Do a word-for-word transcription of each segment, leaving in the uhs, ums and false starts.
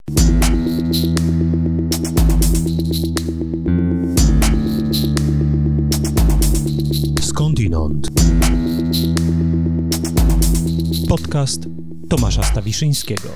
Skądinąd. Podcast Tomasza Stawiszyńskiego.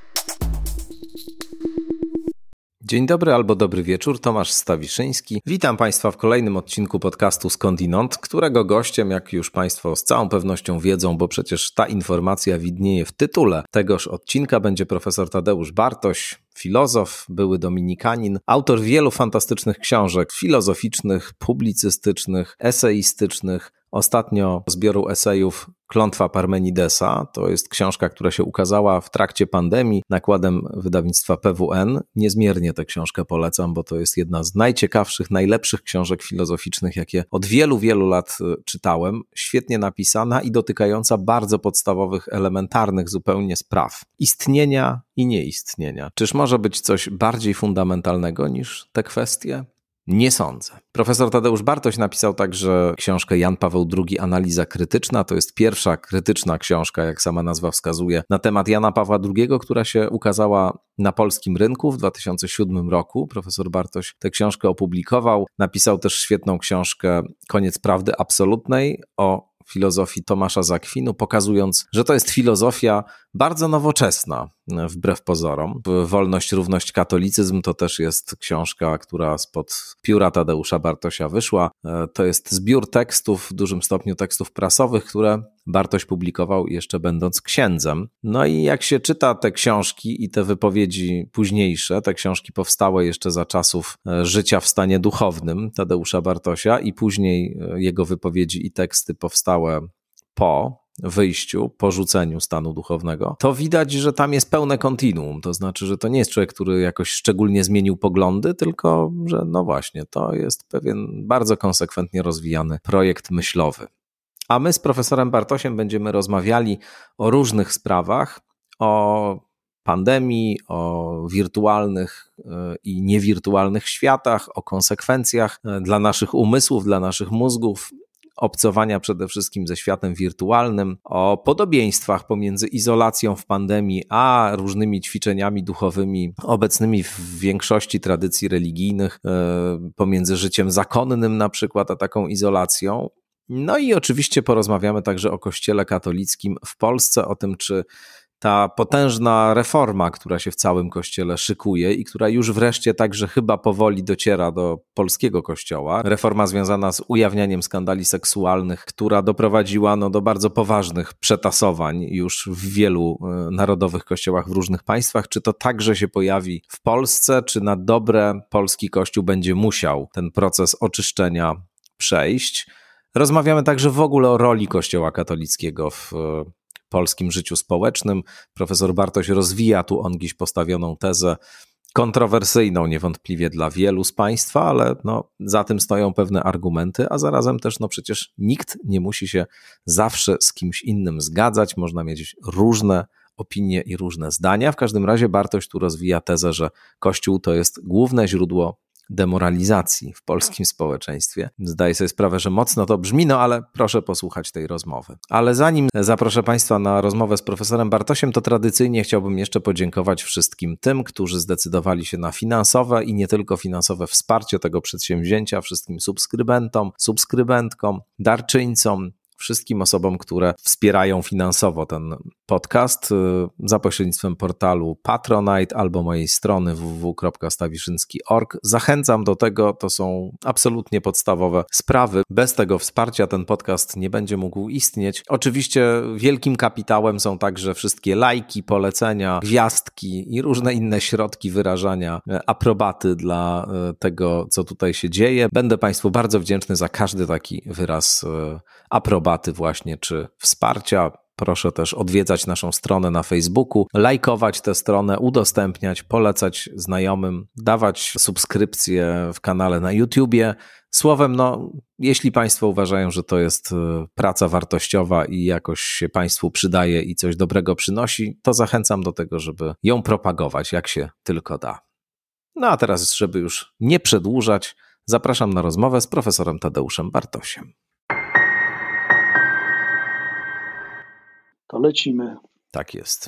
Dzień dobry albo dobry wieczór, Tomasz Stawiszyński. Witam Państwa w kolejnym odcinku podcastu Skądinąd, którego gościem, jak już Państwo z całą pewnością wiedzą, bo przecież ta informacja widnieje w tytule tegoż odcinka, będzie profesor Tadeusz Bartoś, filozof, były dominikanin, autor wielu fantastycznych książek filozoficznych, publicystycznych, eseistycznych. Ostatnio zbioru esejów Klątwa Parmenidesa. To jest książka, która się ukazała w trakcie pandemii nakładem wydawnictwa P W N. Niezmiernie tę książkę polecam, bo to jest jedna z najciekawszych, najlepszych książek filozoficznych, jakie od wielu, wielu lat czytałem. Świetnie napisana i dotykająca bardzo podstawowych, elementarnych zupełnie spraw istnienia i nieistnienia. Czyż może być coś bardziej fundamentalnego niż te kwestie? Nie sądzę. Profesor Tadeusz Bartoś napisał także książkę Jan Paweł drugi. Analiza krytyczna. To jest pierwsza krytyczna książka, jak sama nazwa wskazuje, na temat Jana Pawła drugiego, która się ukazała na polskim rynku w dwa tysiące siódmym roku. Profesor Bartoś tę książkę opublikował. Napisał też świetną książkę Koniec prawdy absolutnej o filozofii Tomasza z Akwinu, pokazując, że to jest filozofia bardzo nowoczesna, wbrew pozorom. Wolność, równość, katolicyzm to też jest książka, która spod pióra Tadeusza Bartosia wyszła. To jest zbiór tekstów, w dużym stopniu tekstów prasowych, które Bartoś publikował jeszcze będąc księdzem. No i jak się czyta te książki i te wypowiedzi późniejsze, te książki powstałe jeszcze za czasów życia w stanie duchownym Tadeusza Bartosia i później jego wypowiedzi i teksty powstałe po wyjściu, porzuceniu stanu duchownego, to widać, że tam jest pełne kontinuum. To znaczy, że to nie jest człowiek, który jakoś szczególnie zmienił poglądy, tylko że no właśnie, to jest pewien bardzo konsekwentnie rozwijany projekt myślowy. A my z profesorem Bartosiem będziemy rozmawiali o różnych sprawach, o pandemii, o wirtualnych i niewirtualnych światach, o konsekwencjach dla naszych umysłów, dla naszych mózgów, obcowania przede wszystkim ze światem wirtualnym, o podobieństwach pomiędzy izolacją w pandemii a różnymi ćwiczeniami duchowymi obecnymi w większości tradycji religijnych, pomiędzy życiem zakonnym na przykład a taką izolacją. No i oczywiście porozmawiamy także o Kościele katolickim w Polsce, o tym, czy ta potężna reforma, która się w całym Kościele szykuje i która już wreszcie także chyba powoli dociera do polskiego Kościoła, reforma związana z ujawnianiem skandali seksualnych, która doprowadziła no, do bardzo poważnych przetasowań już w wielu narodowych kościołach w różnych państwach, czy to także się pojawi w Polsce, czy na dobre polski Kościół będzie musiał ten proces oczyszczenia przejść. Rozmawiamy także w ogóle o roli Kościoła katolickiego w polskim życiu społecznym. Profesor Bartoś rozwija tu ongiś postawioną tezę, kontrowersyjną niewątpliwie dla wielu z Państwa, ale no, za tym stoją pewne argumenty, a zarazem też no przecież nikt nie musi się zawsze z kimś innym zgadzać, można mieć różne opinie i różne zdania. W każdym razie Bartoś tu rozwija tezę, że Kościół to jest główne źródło demoralizacji w polskim społeczeństwie. Zdaję sobie sprawę, że mocno to brzmi, no ale proszę posłuchać tej rozmowy. Ale zanim zaproszę Państwa na rozmowę z profesorem Bartosiem, to tradycyjnie chciałbym jeszcze podziękować wszystkim tym, którzy zdecydowali się na finansowe i nie tylko finansowe wsparcie tego przedsięwzięcia, wszystkim subskrybentom, subskrybentkom, darczyńcom, wszystkim osobom, które wspierają finansowo ten podcast za pośrednictwem portalu Patronite albo mojej strony w w w kropka stawiszynski kropka org. Zachęcam do tego, to są absolutnie podstawowe sprawy. Bez tego wsparcia ten podcast nie będzie mógł istnieć. Oczywiście wielkim kapitałem są także wszystkie lajki, polecenia, gwiazdki i różne inne środki wyrażania aprobaty dla tego, co tutaj się dzieje. Będę Państwu bardzo wdzięczny za każdy taki wyraz aprobaty właśnie czy wsparcia. Proszę też odwiedzać naszą stronę na Facebooku, lajkować tę stronę, udostępniać, polecać znajomym, dawać subskrypcje w kanale na YouTubie. Słowem, no, jeśli Państwo uważają, że to jest praca wartościowa i jakoś się Państwu przydaje i coś dobrego przynosi, to zachęcam do tego, żeby ją propagować, jak się tylko da. No a teraz, żeby już nie przedłużać, zapraszam na rozmowę z profesorem Tadeuszem Bartosiem. To lecimy. Tak jest.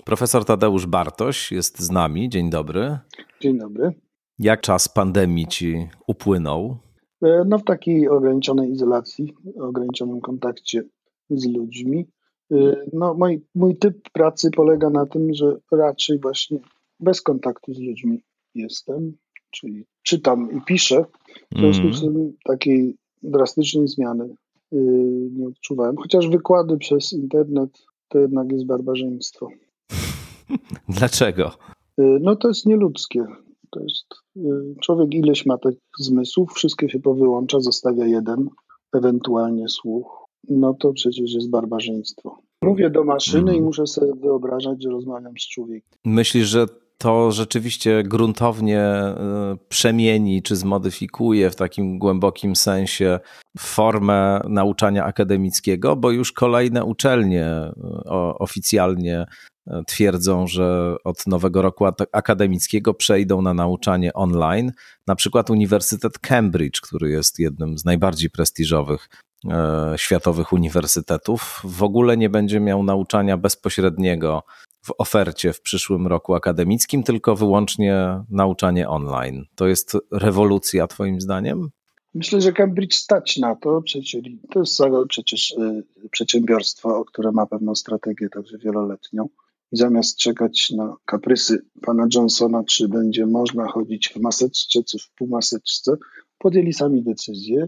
Profesor Tadeusz Bartoś jest z nami. Dzień dobry. Dzień dobry. Jak czas pandemii ci upłynął? No w takiej ograniczonej izolacji, ograniczonym kontakcie z ludźmi. No mój, mój typ pracy polega na tym, że raczej właśnie bez kontaktu z ludźmi jestem, czyli czytam i piszę. W związku z tym takiej drastycznej zmiany nie odczuwałem. Chociaż wykłady przez internet to jednak jest barbarzyństwo. Dlaczego? No to jest nieludzkie. To jest, człowiek ileś ma tych zmysłów, wszystkie się powyłącza, zostawia jeden, ewentualnie słuch. No to przecież jest barbarzyństwo. Mówię do maszyny mm. i muszę sobie wyobrażać, że rozmawiam z człowiekiem. Myślisz, że to rzeczywiście gruntownie przemieni czy zmodyfikuje w takim głębokim sensie formę nauczania akademickiego, bo już kolejne uczelnie oficjalnie twierdzą, że od nowego roku akademickiego przejdą na nauczanie online. Na przykład Uniwersytet Cambridge, który jest jednym z najbardziej prestiżowych e, światowych uniwersytetów, w ogóle nie będzie miał nauczania bezpośredniego w ofercie w przyszłym roku akademickim, tylko wyłącznie nauczanie online. To jest rewolucja twoim zdaniem? Myślę, że Cambridge stać na to. Przecież, to jest przecież y, przedsiębiorstwo, które ma pewną strategię także wieloletnią. I zamiast czekać na kaprysy pana Johnsona, czy będzie można chodzić w maseczce, czy w półmaseczce, podjęli sami decyzję.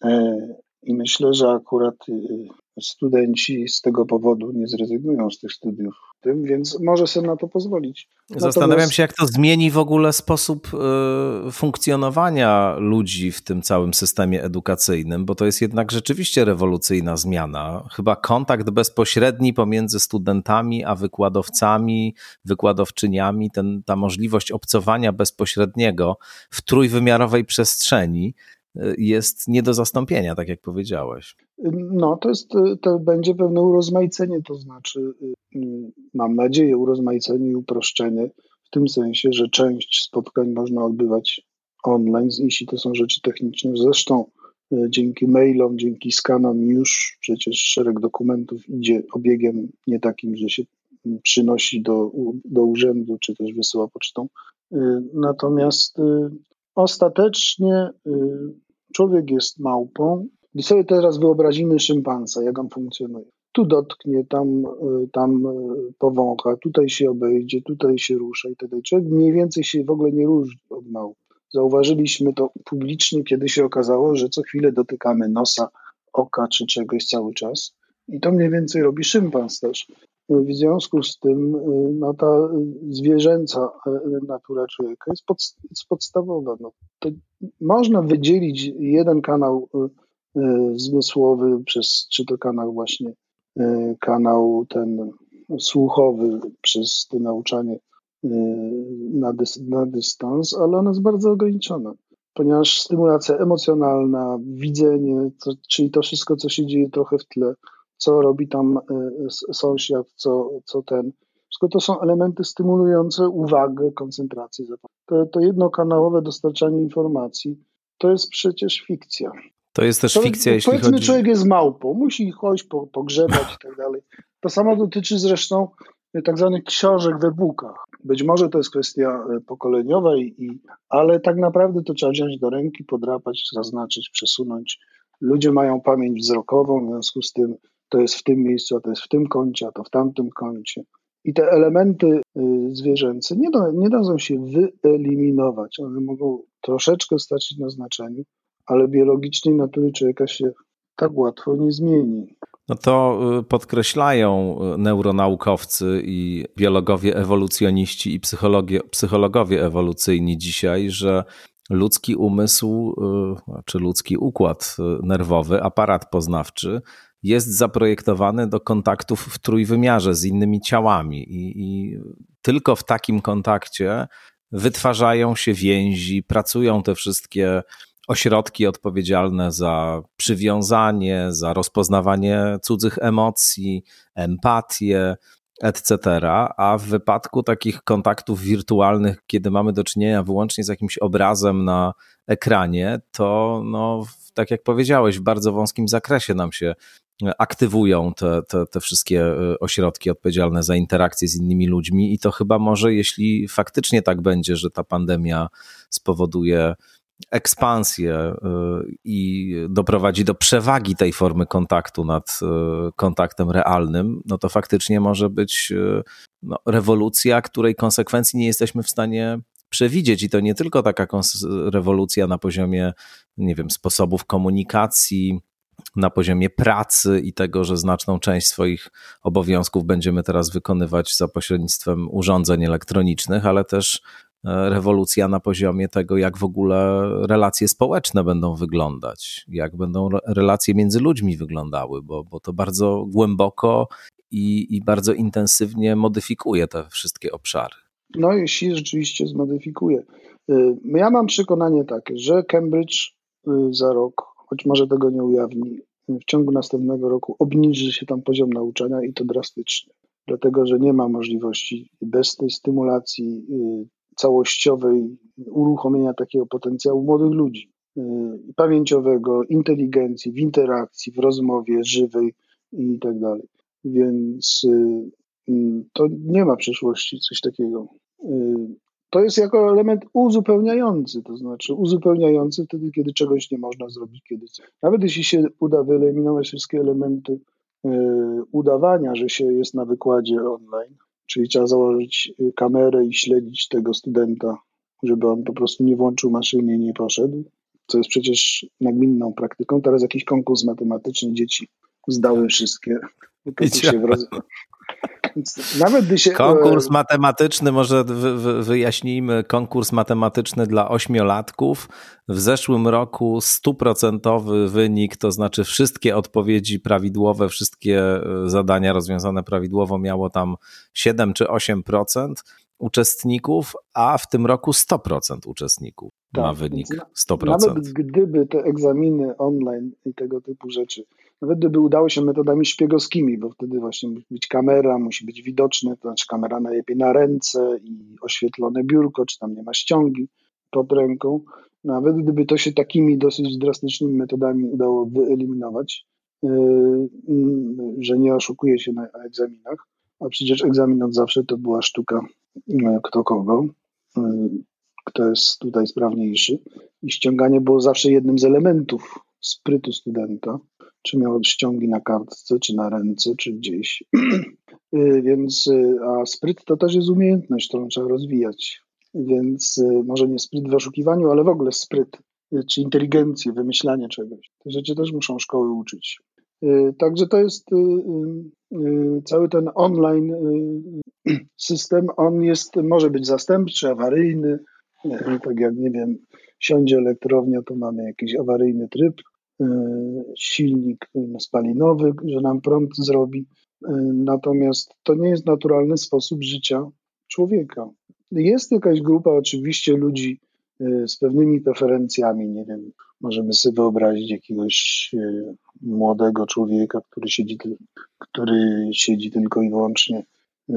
I myślę, że akurat studenci z tego powodu nie zrezygnują z tych studiów, tym, więc może sobie na to pozwolić. Zastanawiam Natomiast... się, jak to zmieni w ogóle sposób y, funkcjonowania ludzi w tym całym systemie edukacyjnym, bo to jest jednak rzeczywiście rewolucyjna zmiana. Chyba kontakt bezpośredni pomiędzy studentami a wykładowcami, wykładowczyniami, ten, ta możliwość obcowania bezpośredniego w trójwymiarowej przestrzeni jest nie do zastąpienia, tak jak powiedziałeś. No, to jest, to będzie pewne urozmaicenie, to znaczy mam nadzieję urozmaicenie i uproszczenie w tym sensie, że część spotkań można odbywać online, jeśli to są rzeczy techniczne. Zresztą dzięki mailom, dzięki skanom już przecież szereg dokumentów idzie obiegiem nie takim, że się przynosi do, do urzędu, czy też wysyła pocztą. Natomiast ostatecznie człowiek jest małpą. Gdy sobie teraz wyobrazimy szympansa, jak on funkcjonuje. Tu dotknie, tam, tam powącha, tutaj się obejdzie, tutaj się rusza i tak dalej. Człowiek mniej więcej się w ogóle nie różni od małp. Zauważyliśmy to publicznie, kiedy się okazało, że co chwilę dotykamy nosa, oka czy czegoś cały czas. I to mniej więcej robi szympans też. W związku z tym no, ta zwierzęca natura człowieka jest, pod, jest podstawowa. No, to można wydzielić jeden kanał y, zmysłowy przez, czy to kanał właśnie, y, kanał ten słuchowy przez to nauczanie y, na, dys, na dystans, ale ona jest bardzo ograniczona, ponieważ stymulacja emocjonalna, widzenie, to, czyli to wszystko, co się dzieje trochę w tle, co robi tam sąsiad, co, co ten. Wszystko to są elementy stymulujące uwagę, koncentrację. To, to jednokanałowe dostarczanie informacji to jest przecież fikcja. To jest też to, fikcja, jeśli powiedzmy, chodzi... człowiek jest małpą, musi chodzić, po, pogrzebać i tak dalej. To samo dotyczy zresztą tak zwanych książek w e-bookach. Być może to jest kwestia pokoleniowa, i, ale tak naprawdę to trzeba wziąć do ręki, podrapać, zaznaczyć, przesunąć. Ludzie mają pamięć wzrokową, w związku z tym to jest w tym miejscu, a to jest w tym kącie, a to w tamtym kącie. I te elementy zwierzęce nie, da, nie dadzą się wyeliminować. One mogą troszeczkę stracić na znaczeniu, ale biologicznie natury człowieka się tak łatwo nie zmieni. No to podkreślają neuronaukowcy i biologowie ewolucjoniści i psychologie, psychologowie ewolucyjni dzisiaj, że ludzki umysł, czy ludzki układ nerwowy, aparat poznawczy jest zaprojektowany do kontaktów w trójwymiarze z innymi ciałami i, i tylko w takim kontakcie wytwarzają się więzi, pracują te wszystkie ośrodki odpowiedzialne za przywiązanie, za rozpoznawanie cudzych emocji, empatię, et cetera. A w wypadku takich kontaktów wirtualnych, kiedy mamy do czynienia wyłącznie z jakimś obrazem na ekranie, to no, tak jak powiedziałeś, w bardzo wąskim zakresie nam się aktywują te, te, te wszystkie ośrodki odpowiedzialne za interakcje z innymi ludźmi i to chyba może, jeśli faktycznie tak będzie, że ta pandemia spowoduje ekspansję i doprowadzi do przewagi tej formy kontaktu nad kontaktem realnym, no to faktycznie może być no, rewolucja, której konsekwencji nie jesteśmy w stanie przewidzieć i to nie tylko taka kons- rewolucja na poziomie, nie wiem, sposobów komunikacji, na poziomie pracy i tego, że znaczną część swoich obowiązków będziemy teraz wykonywać za pośrednictwem urządzeń elektronicznych, ale też rewolucja na poziomie tego, jak w ogóle relacje społeczne będą wyglądać, jak będą relacje między ludźmi wyglądały, bo, bo to bardzo głęboko i, i bardzo intensywnie modyfikuje te wszystkie obszary. No jeśli rzeczywiście zmodyfikuje. Ja mam przekonanie takie, że Cambridge za rok, choć może tego nie ujawni, w ciągu następnego roku obniży się tam poziom nauczania i to drastycznie. Dlatego, że nie ma możliwości bez tej stymulacji całościowej uruchomienia takiego potencjału młodych ludzi. Pamięciowego, inteligencji, w interakcji, w rozmowie żywej i tak dalej. Więc to nie ma przyszłości, coś takiego. To jest jako element uzupełniający, to znaczy uzupełniający wtedy, kiedy czegoś nie można zrobić, kiedy nawet jeśli się uda wyeliminować wszystkie elementy udawania, że się jest na wykładzie online, czyli trzeba założyć kamerę i śledzić tego studenta, żeby on po prostu nie włączył maszyny i nie poszedł, co jest przecież nagminną praktyką. Teraz jakiś konkurs matematyczny, dzieci zdały wszystkie. To się wrodzi. Nawet gdy się... Konkurs matematyczny, może wy, wy, wyjaśnijmy, konkurs matematyczny dla ośmiolatków. W zeszłym roku stuprocentowy wynik, to znaczy wszystkie odpowiedzi prawidłowe, wszystkie zadania rozwiązane prawidłowo miało tam siedem czy osiem procent uczestników, a w tym roku sto procent uczestników tak, ma wynik sto procent. Nawet gdyby te egzaminy online i tego typu rzeczy, nawet gdyby udało się metodami szpiegowskimi, bo wtedy właśnie musi być kamera, musi być widoczne, to znaczy kamera najlepiej na ręce i oświetlone biurko, czy tam nie ma ściągi pod ręką. Nawet gdyby to się takimi dosyć drastycznymi metodami udało wyeliminować, yy, yy, że nie oszukuje się na egzaminach, a przecież egzamin od zawsze to była sztuka yy, kto kogo, yy, kto jest tutaj sprawniejszy i ściąganie było zawsze jednym z elementów sprytu studenta, czy miał ściągi na kartce, czy na ręce, czy gdzieś. Więc, a spryt to też jest umiejętność, którą trzeba rozwijać. Więc może nie spryt w oszukiwaniu, ale w ogóle spryt, czy inteligencję, wymyślanie czegoś. Te rzeczy też muszą szkoły uczyć. Także to jest cały ten online system, on jest, może być zastępczy, awaryjny, tak jak, nie wiem, siądzie elektrownia, to mamy jakiś awaryjny tryb, silnik spalinowy, że nam prąd zrobi. Natomiast to nie jest naturalny sposób życia człowieka. Jest jakaś grupa oczywiście ludzi z pewnymi preferencjami, nie wiem, możemy sobie wyobrazić jakiegoś młodego człowieka, który siedzi, który siedzi tylko i wyłącznie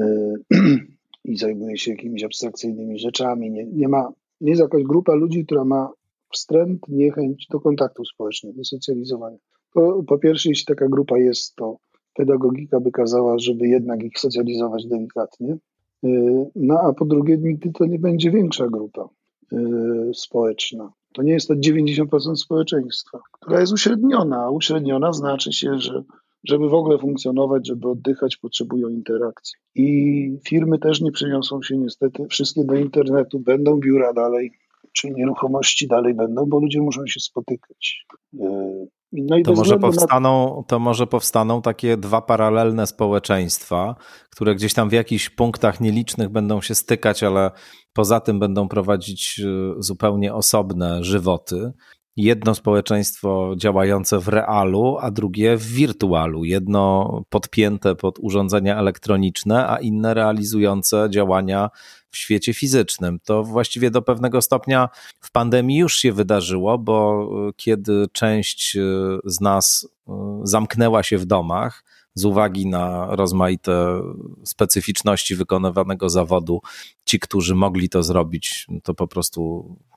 i zajmuje się jakimiś abstrakcyjnymi rzeczami. Nie, nie ma, nie jest jakaś grupa ludzi, która ma wstręt, niechęć do kontaktu społecznego, do socjalizowania. Po, po pierwsze, jeśli taka grupa jest, to pedagogika by kazała, żeby jednak ich socjalizować delikatnie. No a po drugie, nigdy to nie będzie większa grupa społeczna. To nie jest to dziewięćdziesiąt procent społeczeństwa, która jest uśredniona, a uśredniona znaczy się, że żeby w ogóle funkcjonować, żeby oddychać, potrzebują interakcji. I firmy też nie przeniosą się niestety wszystkie do internetu, będą biura dalej, czy nieruchomości dalej będą, bo ludzie muszą się spotykać. No i to, może powstaną, na... to może powstaną takie dwa paralelne społeczeństwa, które gdzieś tam w jakichś punktach nielicznych będą się stykać, ale poza tym będą prowadzić zupełnie osobne żywoty. Jedno społeczeństwo działające w realu, a drugie w wirtualu. Jedno podpięte pod urządzenia elektroniczne, a inne realizujące działania w świecie fizycznym. To właściwie do pewnego stopnia w pandemii już się wydarzyło, bo kiedy część z nas zamknęła się w domach z uwagi na rozmaite specyficzności wykonywanego zawodu, ci, którzy mogli to zrobić, to po prostu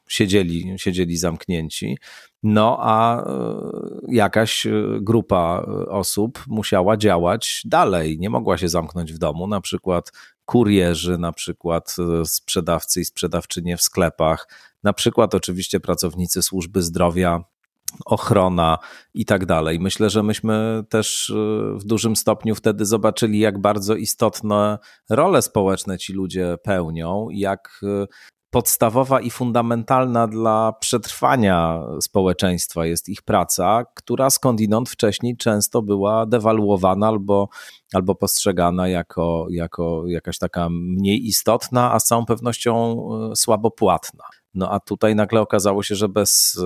siedzieli, siedzieli zamknięci. No a jakaś grupa osób musiała działać dalej, nie mogła się zamknąć w domu, na przykład kurierzy, na przykład sprzedawcy i sprzedawczynie w sklepach, na przykład oczywiście pracownicy służby zdrowia, ochrona i tak dalej. Myślę, że myśmy też w dużym stopniu wtedy zobaczyli, jak bardzo istotne role społeczne ci ludzie pełnią, jak podstawowa i fundamentalna dla przetrwania społeczeństwa jest ich praca, która skądinąd wcześniej często była dewaluowana albo, albo postrzegana jako, jako jakaś taka mniej istotna, a z całą pewnością słabo płatna. No a tutaj nagle okazało się, że bez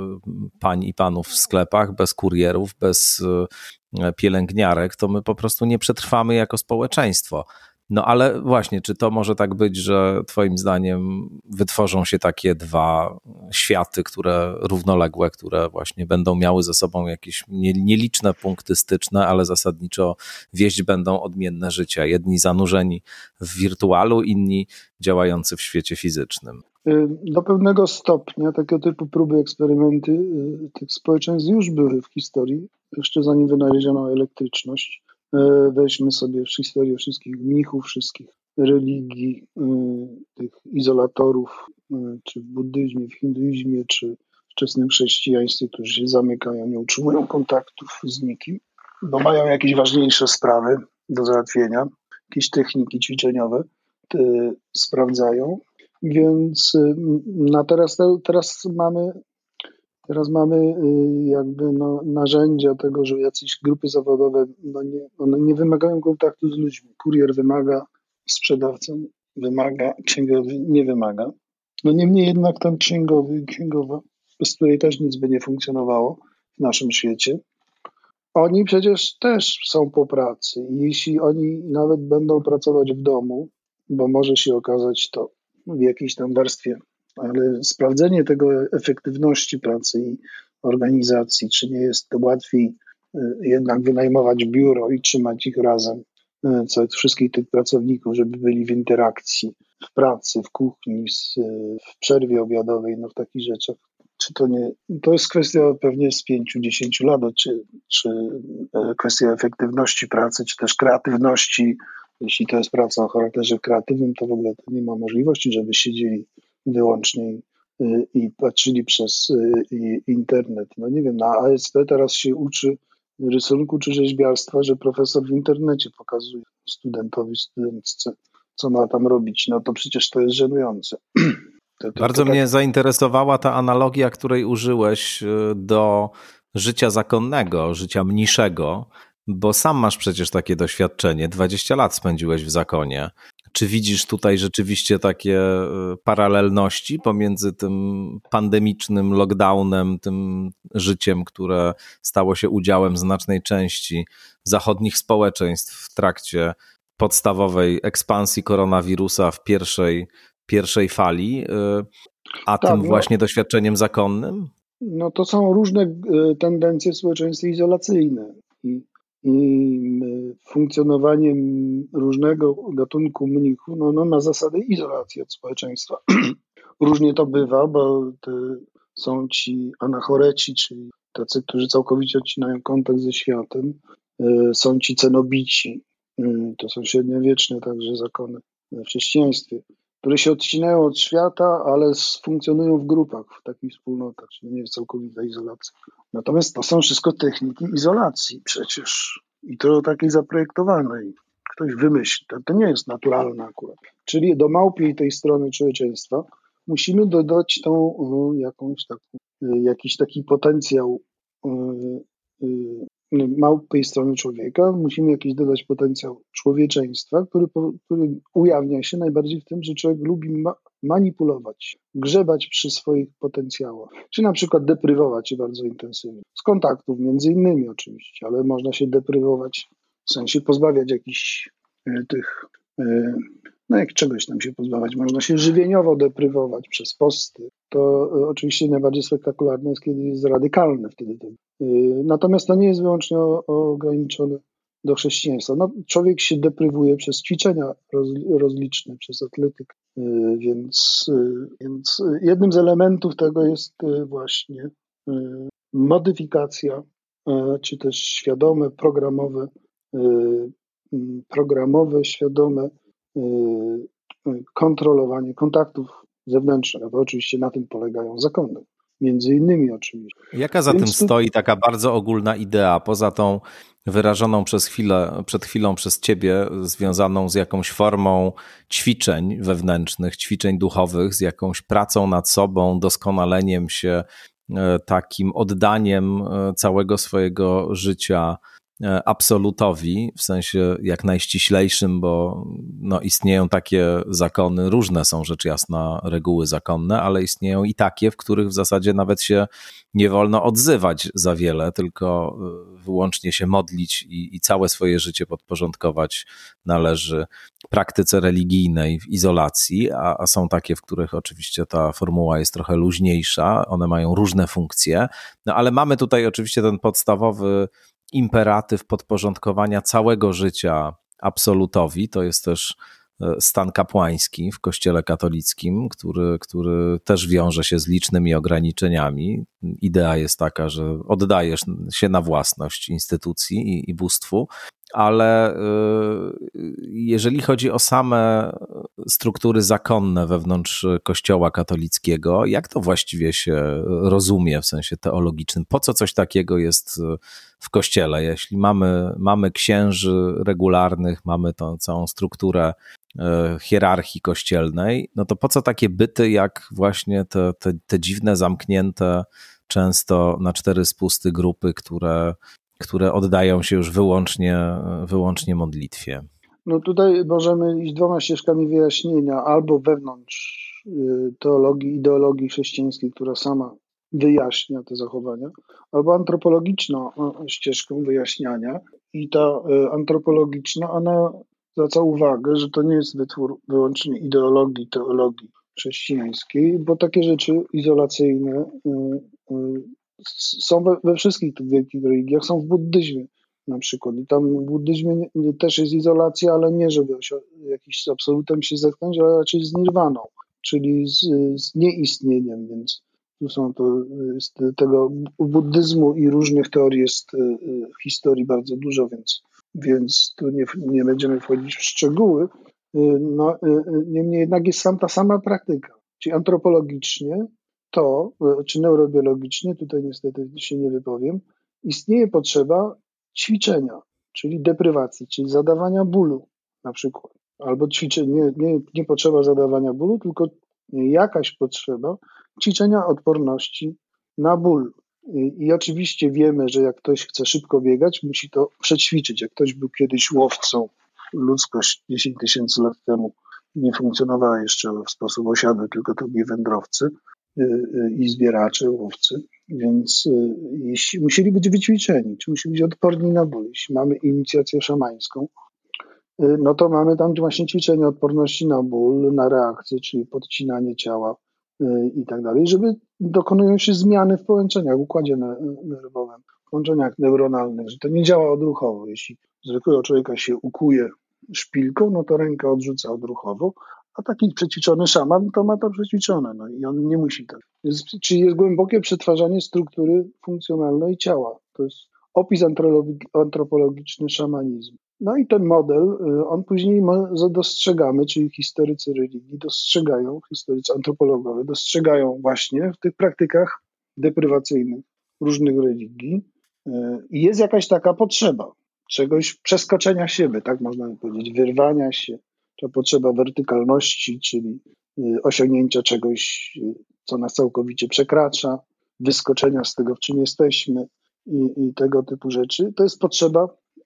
pań i panów w sklepach, bez kurierów, bez pielęgniarek, to my po prostu nie przetrwamy jako społeczeństwo. No ale właśnie, czy to może tak być, że twoim zdaniem wytworzą się takie dwa światy, które równoległe, które właśnie będą miały ze sobą jakieś nieliczne punkty styczne, ale zasadniczo wieść będą odmienne życia. Jedni zanurzeni w wirtualu, inni działający w świecie fizycznym. Do pewnego stopnia takiego typu próby, eksperymenty tych społeczeństw już były w historii, jeszcze zanim wynaleziono elektryczność. Weźmy sobie historię wszystkich mnichów, wszystkich religii, tych izolatorów, czy w buddyzmie, w hinduizmie, czy w wczesnym chrześcijaństwie, którzy się zamykają, nie utrzymują kontaktów z nikim, bo mają jakieś ważniejsze sprawy do załatwienia, jakieś techniki ćwiczeniowe te sprawdzają. Więc no teraz, teraz mamy Teraz mamy jakby no, narzędzia tego, że jacyś grupy zawodowe no nie, one nie wymagają kontaktu z ludźmi. Kurier wymaga, sprzedawca wymaga, księgowy nie wymaga. No niemniej jednak tam księgowy i księgowa, bez której też nic by nie funkcjonowało w naszym świecie, oni przecież też są po pracy. I jeśli oni nawet będą pracować w domu, bo może się okazać to w jakiejś tam warstwie, ale sprawdzenie tego efektywności pracy i organizacji, czy nie jest łatwiej jednak wynajmować biuro i trzymać ich razem, co wszystkich tych pracowników, żeby byli w interakcji, w pracy, w kuchni, w przerwie obiadowej, no w takich rzeczach. Czy to nie, to jest kwestia pewnie z pięciu, dziesięciu lat, czy, czy kwestia efektywności pracy, czy też kreatywności. Jeśli to jest praca o charakterze kreatywnym, to w ogóle to nie ma możliwości, żeby siedzieli wyłącznie i patrzyli przez internet. No nie wiem, na A S P teraz się uczy rysunku czy rzeźbiarstwa, że profesor w internecie pokazuje studentowi, studentce, co ma tam robić. No to przecież to jest żenujące. To, to, Bardzo to mnie tak... zainteresowała ta analogia, której użyłeś do życia zakonnego, życia mniszego, bo sam masz przecież takie doświadczenie, dwadzieścia lat spędziłeś w zakonie. Czy widzisz tutaj rzeczywiście takie paralelności pomiędzy tym pandemicznym lockdownem, tym życiem, które stało się udziałem znacznej części zachodnich społeczeństw w trakcie podstawowej ekspansji koronawirusa w pierwszej, pierwszej fali, a tak, tym no, właśnie doświadczeniem zakonnym? No to są różne tendencje w społeczeństwie izolacyjne i i funkcjonowanie różnego gatunku mnichów no, no, ma zasady izolacji od społeczeństwa. Różnie to bywa, bo są ci anachoreci, czyli tacy, którzy całkowicie odcinają kontakt ze światem. Są ci cenobici, to są średniowieczne także zakony w chrześcijaństwie, które się odcinają od świata, ale funkcjonują w grupach, w takich wspólnotach, czyli nie jest całkowita izolacja. Natomiast to są wszystko techniki izolacji przecież i to takiej zaprojektowanej. Ktoś wymyśli, to, to nie jest naturalne akurat. Czyli do małpiej tej strony człowieczeństwa musimy dodać tą jakąś taką, jakiś taki potencjał małpiej strony człowieka, musimy jakiś dodać potencjał człowieczeństwa, który, który ujawnia się najbardziej w tym, że człowiek lubi ma- manipulować, grzebać przy swoich potencjałach, czy na przykład deprywować się bardzo intensywnie. Z kontaktów między innymi oczywiście, ale można się deprywować, w sensie pozbawiać jakichś y, tych, y, no jak czegoś tam się pozbawiać, można się żywieniowo deprywować przez posty. To y, oczywiście najbardziej spektakularne jest, kiedy jest radykalne wtedy. To, y, natomiast to nie jest wyłącznie o, o ograniczone do chrześcijaństwa. No, człowiek się deprywuje przez ćwiczenia roz, rozliczne, przez atletykę, Więc, więc jednym z elementów tego jest właśnie modyfikacja, czy też świadome, programowe, programowe, świadome kontrolowanie kontaktów zewnętrznych. A to oczywiście na tym polegają zakony. Między innymi oczywiście. Jaka za Więc tym tu... stoi taka bardzo ogólna idea, poza tą wyrażoną przez chwilę, przed chwilą przez ciebie, związaną z jakąś formą ćwiczeń wewnętrznych, ćwiczeń duchowych, z jakąś pracą nad sobą, doskonaleniem się, takim oddaniem całego swojego życia absolutowi, w sensie jak najściślejszym, bo no, istnieją takie zakony, różne są rzecz jasna reguły zakonne, ale istnieją i takie, w których w zasadzie nawet się nie wolno odzywać za wiele, tylko wyłącznie się modlić i, i całe swoje życie podporządkować należy praktyce religijnej w izolacji, a, a są takie, w których oczywiście ta formuła jest trochę luźniejsza, one mają różne funkcje, no ale mamy tutaj oczywiście ten podstawowy imperatyw podporządkowania całego życia absolutowi. To jest też stan kapłański w Kościele katolickim, który, który też wiąże się z licznymi ograniczeniami. Idea jest taka, że oddajesz się na własność instytucji i, i bóstwu, ale jeżeli chodzi o same struktury zakonne wewnątrz Kościoła katolickiego, jak to właściwie się rozumie w sensie teologicznym? Po co coś takiego jest w Kościele? Jeśli mamy, mamy księży regularnych, mamy tą całą strukturę hierarchii kościelnej, no to po co takie byty jak właśnie te, te, te dziwne, zamknięte, często na cztery spusty grupy, które które oddają się już wyłącznie, wyłącznie modlitwie? No tutaj możemy iść dwoma ścieżkami wyjaśnienia, albo wewnątrz teologii, ideologii chrześcijańskiej, która sama wyjaśnia te zachowania, albo antropologiczną ścieżką wyjaśniania. I ta antropologiczna, ona zwraca uwagę, że to nie jest wytwór wyłącznie ideologii, teologii chrześcijańskiej, bo takie rzeczy izolacyjne są we, we wszystkich tych wielkich religiach, są w buddyzmie na przykład. I tam w buddyzmie nie, nie, też jest izolacja, ale nie żeby jakiś absolutem się zetknąć, ale raczej z nirwaną, czyli z, z nieistnieniem, więc tu są to, jest tego buddyzmu i różnych teorii jest w historii bardzo dużo, więc, więc tu nie, nie będziemy wchodzić w szczegóły. No, niemniej jednak jest sam ta sama praktyka, czyli antropologicznie to, czy neurobiologicznie, tutaj niestety się nie wypowiem, istnieje potrzeba ćwiczenia, czyli deprywacji, czyli zadawania bólu na przykład. Albo ćwiczenie, nie, nie, nie potrzeba zadawania bólu, tylko jakaś potrzeba ćwiczenia odporności na ból. I, I oczywiście wiemy, że jak ktoś chce szybko biegać, musi to przećwiczyć. Jak ktoś był kiedyś łowcą, ludzkość dziesięć tysięcy lat temu nie funkcjonowała jeszcze w sposób osiadły, tylko to byli wędrowcy i zbieracze, łowcy, więc jeśli musieli być wyćwiczeni, czy musieli być odporni na ból. Jeśli mamy inicjację szamańską, no to mamy tam właśnie ćwiczenie odporności na ból, na reakcję, czyli podcinanie ciała i tak dalej, żeby dokonują się zmiany w połączeniach, w układzie nerwowym, w połączeniach neuronalnych, że to nie działa odruchowo. Jeśli zwykłego człowieka się ukuje szpilką, no to ręka odrzuca odruchowo, a taki przećwiczony szaman to ma to przećwiczone, no i on nie musi tak. Jest, czyli jest głębokie przetwarzanie struktury funkcjonalnej ciała. To jest opis antropologiczny szamanizmu. No i ten model, on później dostrzegamy, czyli historycy religii dostrzegają, historycy antropologowie dostrzegają właśnie w tych praktykach deprywacyjnych różnych religii i jest jakaś taka potrzeba czegoś, przeskoczenia siebie, tak można powiedzieć, wyrwania się, to potrzeba wertykalności, czyli osiągnięcia czegoś, co nas całkowicie przekracza, wyskoczenia z tego, w czym jesteśmy i, i tego typu rzeczy. To jest potrzeba,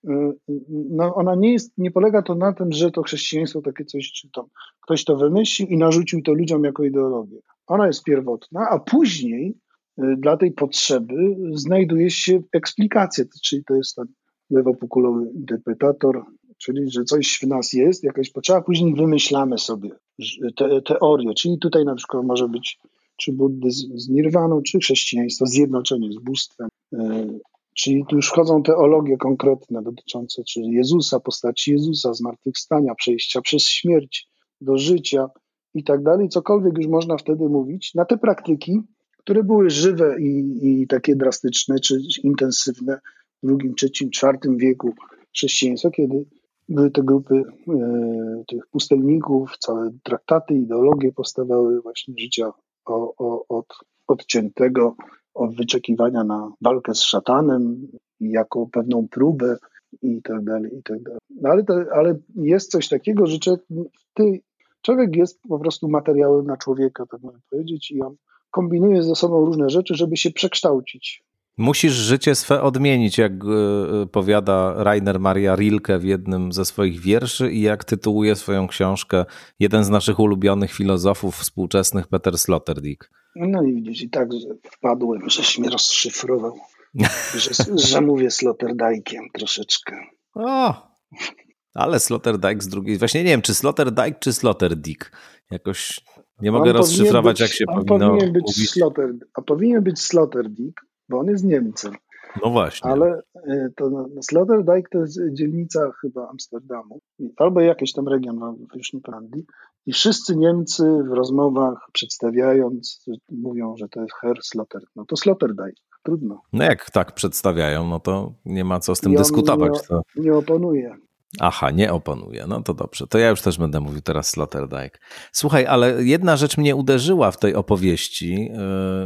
no ona nie jest, nie polega to na tym, że to chrześcijaństwo takie coś, czy tam ktoś to wymyślił i narzucił to ludziom jako ideologię. Ona jest pierwotna, a później dla tej potrzeby znajduje się eksplikacja, czyli to jest ten lewopokulowy interpretator, czyli że coś w nas jest, jakaś potrzeba, później wymyślamy sobie te, teorię, czyli tutaj na przykład może być czy buddyzm z nirwaną, czy chrześcijaństwo, zjednoczenie z bóstwem, czyli tu już wchodzą teologie konkretne dotyczące czy Jezusa, postaci Jezusa, zmartwychwstania, przejścia przez śmierć do życia i tak dalej, cokolwiek już można wtedy mówić, na te praktyki, które były żywe i, i takie drastyczne, czy intensywne w drugim, trzecim, czwartym wieku chrześcijaństwa, kiedy były te grupy e, tych pustelników, całe traktaty, ideologie powstawały właśnie życia o, o, od, odciętego, od wyczekiwania na walkę z szatanem jako pewną próbę i tak dalej, i tak dalej. No ale, to, ale jest coś takiego, że człowiek, ty, człowiek jest po prostu materiałem na człowieka, tak można powiedzieć, i on kombinuje ze sobą różne rzeczy, żeby się przekształcić. Musisz życie swe odmienić, jak y, powiada Rainer Maria Rilke w jednym ze swoich wierszy i jak tytułuje swoją książkę jeden z naszych ulubionych filozofów współczesnych, Peter Sloterdijk. No i widzisz, i tak wpadłem, żeś mnie rozszyfrował, że, że mówię Sloterdijkiem troszeczkę. O, ale Sloterdijk z drugiej... Właśnie nie wiem, czy Sloterdijk, czy Sloterdijk. Jakoś nie mogę On rozszyfrować, być, jak się on powinno powinien być mówić. Slotter, a powinien być Sloterdijk, bo on jest Niemcem. No właśnie. Ale to no, Sloterdijk to jest dzielnica chyba Amsterdamu, albo jakiś tam region, już nie pamiętam. I wszyscy Niemcy w rozmowach przedstawiając, mówią, że to jest Herr Slotter. No to Sloterdijk, trudno. No jak tak przedstawiają, no to nie ma co z tym I on dyskutować. Nie, To... nie oponuje. Aha, nie oponuje. No to dobrze. To ja już też będę mówił teraz Sloterdijk. Słuchaj, ale jedna rzecz mnie uderzyła w tej opowieści, yy,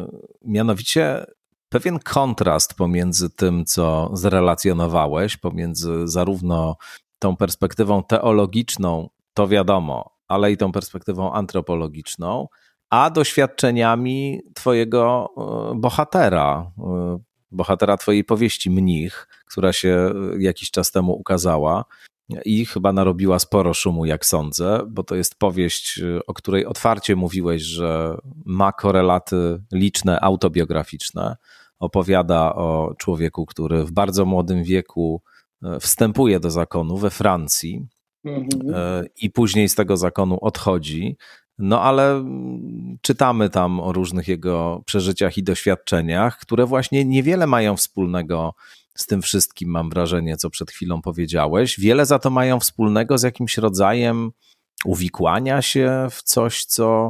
mianowicie pewien kontrast pomiędzy tym, co zrelacjonowałeś, pomiędzy zarówno tą perspektywą teologiczną, to wiadomo, ale i tą perspektywą antropologiczną, a doświadczeniami twojego bohatera, bohatera twojej powieści Mnich, która się jakiś czas temu ukazała i chyba narobiła sporo szumu, jak sądzę, bo to jest powieść, o której otwarcie mówiłeś, że ma korelaty liczne, autobiograficzne. Opowiada o człowieku, który w bardzo młodym wieku wstępuje do zakonu we Francji mhm. i później z tego zakonu odchodzi. No ale czytamy tam o różnych jego przeżyciach i doświadczeniach, które właśnie niewiele mają wspólnego z tym wszystkim, mam wrażenie, co przed chwilą powiedziałeś. Wiele za to mają wspólnego z jakimś rodzajem uwikłania się w coś, co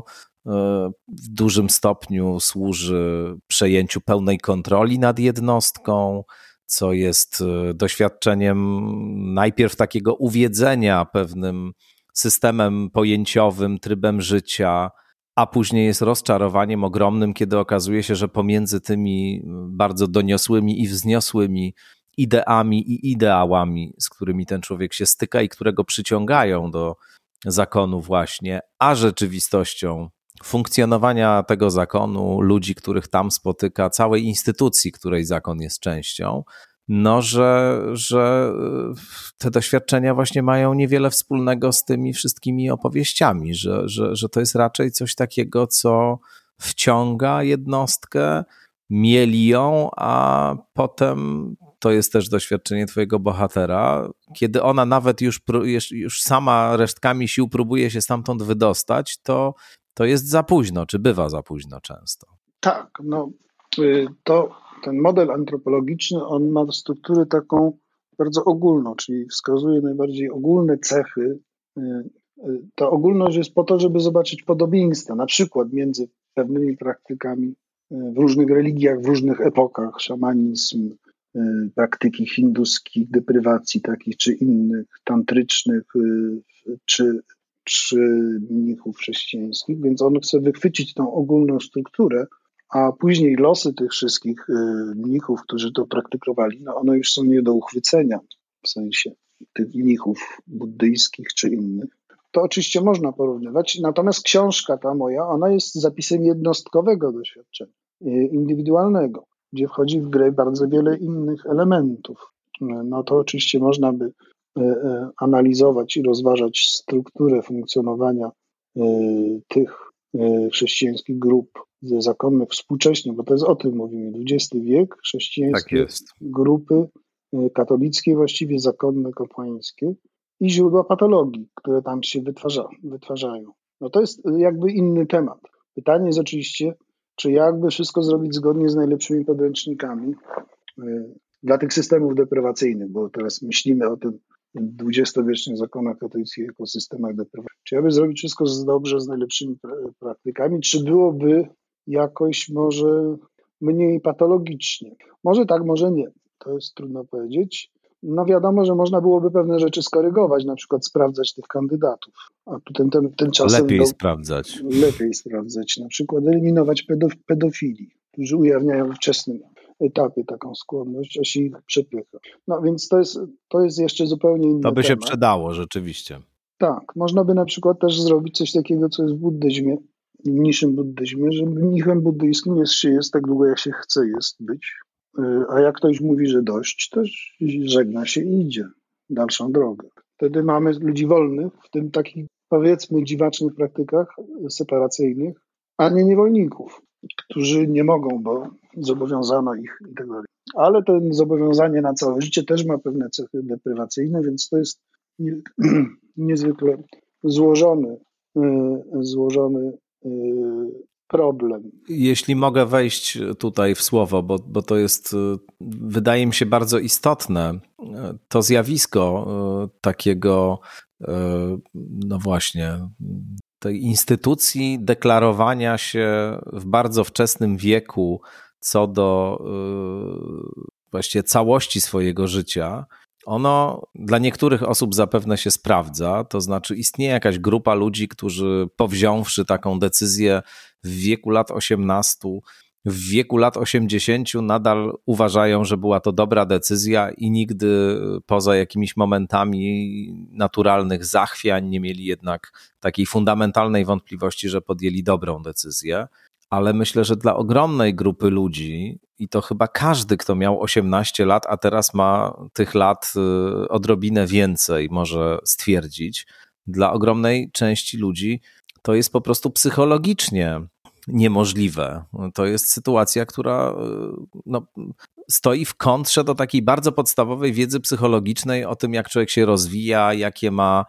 w dużym stopniu służy przejęciu pełnej kontroli nad jednostką, co jest doświadczeniem najpierw takiego uwiedzenia pewnym systemem pojęciowym, trybem życia, a później jest rozczarowaniem ogromnym, kiedy okazuje się, że pomiędzy tymi bardzo doniosłymi i wzniosłymi ideami i ideałami, z którymi ten człowiek się styka i które go przyciągają do zakonu właśnie, a rzeczywistością funkcjonowania tego zakonu, ludzi, których tam spotyka, całej instytucji, której zakon jest częścią, no, że, że te doświadczenia właśnie mają niewiele wspólnego z tymi wszystkimi opowieściami, że, że, że to jest raczej coś takiego, co wciąga jednostkę, mieli ją, a potem to jest też doświadczenie twojego bohatera, kiedy ona nawet już, już sama resztkami sił próbuje się stamtąd wydostać, to, to jest za późno, czy bywa za późno często. Tak, no to ten model antropologiczny, on ma strukturę taką bardzo ogólną, czyli wskazuje najbardziej ogólne cechy. Ta ogólność jest po to, żeby zobaczyć podobieństwa, na przykład między pewnymi praktykami w różnych religiach, w różnych epokach, szamanizm, praktyki hinduskich, deprywacji takich czy innych, tantrycznych, czy, czy mnichów chrześcijańskich, więc on chce wychwycić tą ogólną strukturę, a później losy tych wszystkich mnichów, którzy to praktykowali, no one już są nie do uchwycenia, w sensie tych mnichów buddyjskich czy innych. To oczywiście można porównywać, natomiast książka ta moja, ona jest zapisem jednostkowego doświadczenia, indywidualnego, gdzie wchodzi w grę bardzo wiele innych elementów. No to oczywiście można by analizować i rozważać strukturę funkcjonowania tych chrześcijańskich grup zakonnych współcześnie, bo to jest o tym mówimy, dwudziesty wiek, chrześcijańskie tak grupy katolickie, właściwie zakonne, kapłańskie i źródła patologii, które tam się wytwarza, wytwarzają. No to jest jakby inny temat. Pytanie jest oczywiście, czy jakby wszystko zrobić zgodnie z najlepszymi podręcznikami dla tych systemów deprywacyjnych, bo teraz myślimy o tym dwudziestowiecznych zakonach katolickich ekosystemach deprywacji. Czy aby zrobić wszystko z dobrze, z najlepszymi praktykami, czy byłoby jakoś może mniej patologicznie? Może tak, może nie. To jest trudno powiedzieć. No wiadomo, że można byłoby pewne rzeczy skorygować, na przykład sprawdzać tych kandydatów. A tu ten, ten, ten czasem Lepiej do, sprawdzać. Lepiej sprawdzać. Na przykład eliminować pedof, pedofili, którzy ujawniają w wczesnym etapie taką skłonność, a się ich przepycha. No więc to jest, to jest jeszcze zupełnie inny To by temat. się przydało rzeczywiście. Tak, można by na przykład też zrobić coś takiego, co jest w buddyzmie, w mniejszym buddyzmie, że mnichem buddyjskim jest się jest tak długo, jak się chce jest być. A jak ktoś mówi, że dość, to żegna się i idzie w dalszą drogę. Wtedy mamy ludzi wolnych, w tym takich powiedzmy dziwacznych praktykach separacyjnych, a nie niewolników, którzy nie mogą, bo zobowiązano ich i tak dalej. Ale to zobowiązanie na całe życie też ma pewne cechy deprywacyjne, więc to jest nie, niezwykle złożony, złożony problem. Jeśli mogę wejść tutaj w słowo, bo, bo to jest, wydaje mi się, bardzo istotne, to zjawisko takiego, no właśnie, tej instytucji deklarowania się w bardzo wczesnym wieku co do właściwie całości swojego życia. Ono dla niektórych osób zapewne się sprawdza, to znaczy istnieje jakaś grupa ludzi, którzy powziąwszy taką decyzję w wieku lat osiemnastu, w wieku lat osiemdziesięciu nadal uważają, że była to dobra decyzja i nigdy poza jakimiś momentami naturalnych zachwiań nie mieli jednak takiej fundamentalnej wątpliwości, że podjęli dobrą decyzję. Ale myślę, że dla ogromnej grupy ludzi, i to chyba każdy, kto miał osiemnaście lat, a teraz ma tych lat odrobinę więcej, może stwierdzić, dla ogromnej części ludzi to jest po prostu psychologicznie niemożliwe. To jest sytuacja, która no, stoi w kontrze do takiej bardzo podstawowej wiedzy psychologicznej o tym, jak człowiek się rozwija, jakie ma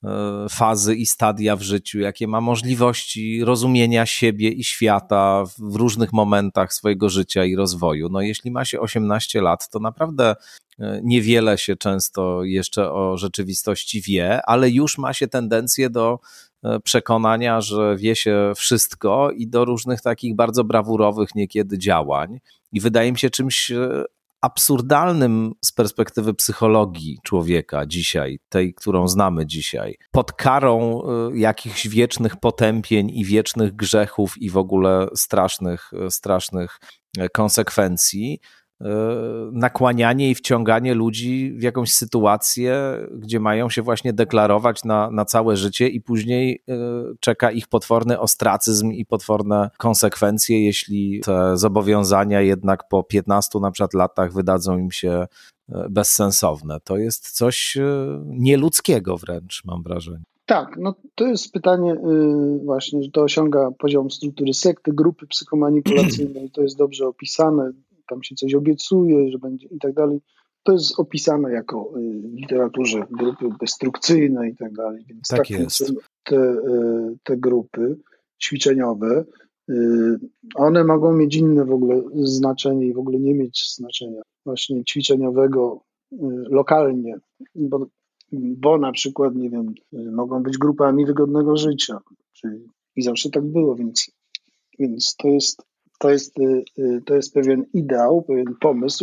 fazy i stadia w życiu, jakie ma możliwości rozumienia siebie i świata w różnych momentach swojego życia i rozwoju. No jeśli ma się osiemnaście lat, to naprawdę niewiele się często jeszcze o rzeczywistości wie, ale już ma się tendencję do przekonania, że wie się wszystko i do różnych takich bardzo brawurowych niekiedy działań. I wydaje mi się czymś absurdalnym z perspektywy psychologii człowieka dzisiaj, tej, którą znamy dzisiaj, pod karą jakichś wiecznych potępień i wiecznych grzechów i w ogóle strasznych, strasznych konsekwencji, nakłanianie i wciąganie ludzi w jakąś sytuację, gdzie mają się właśnie deklarować na, na całe życie i później czeka ich potworny ostracyzm i potworne konsekwencje, jeśli te zobowiązania jednak po piętnastu na przykład latach wydadzą im się bezsensowne. To jest coś nieludzkiego wręcz, mam wrażenie. Tak, no to jest pytanie yy, właśnie, że to osiąga poziom struktury sekty, grupy psychomanipulacyjnej, to jest dobrze opisane, tam się coś obiecuje, że będzie i tak dalej. To jest opisane jako y, w literaturze grupy destrukcyjne i tak dalej. Więc tak, tak jest. Te, y, te grupy ćwiczeniowe, y, one mogą mieć inne w ogóle znaczenie i w ogóle nie mieć znaczenia właśnie ćwiczeniowego y, lokalnie, bo, bo na przykład, nie wiem, y, mogą być grupami wygodnego życia. Czyli, i zawsze tak było, więc, więc to jest To jest, to jest pewien ideał, pewien pomysł,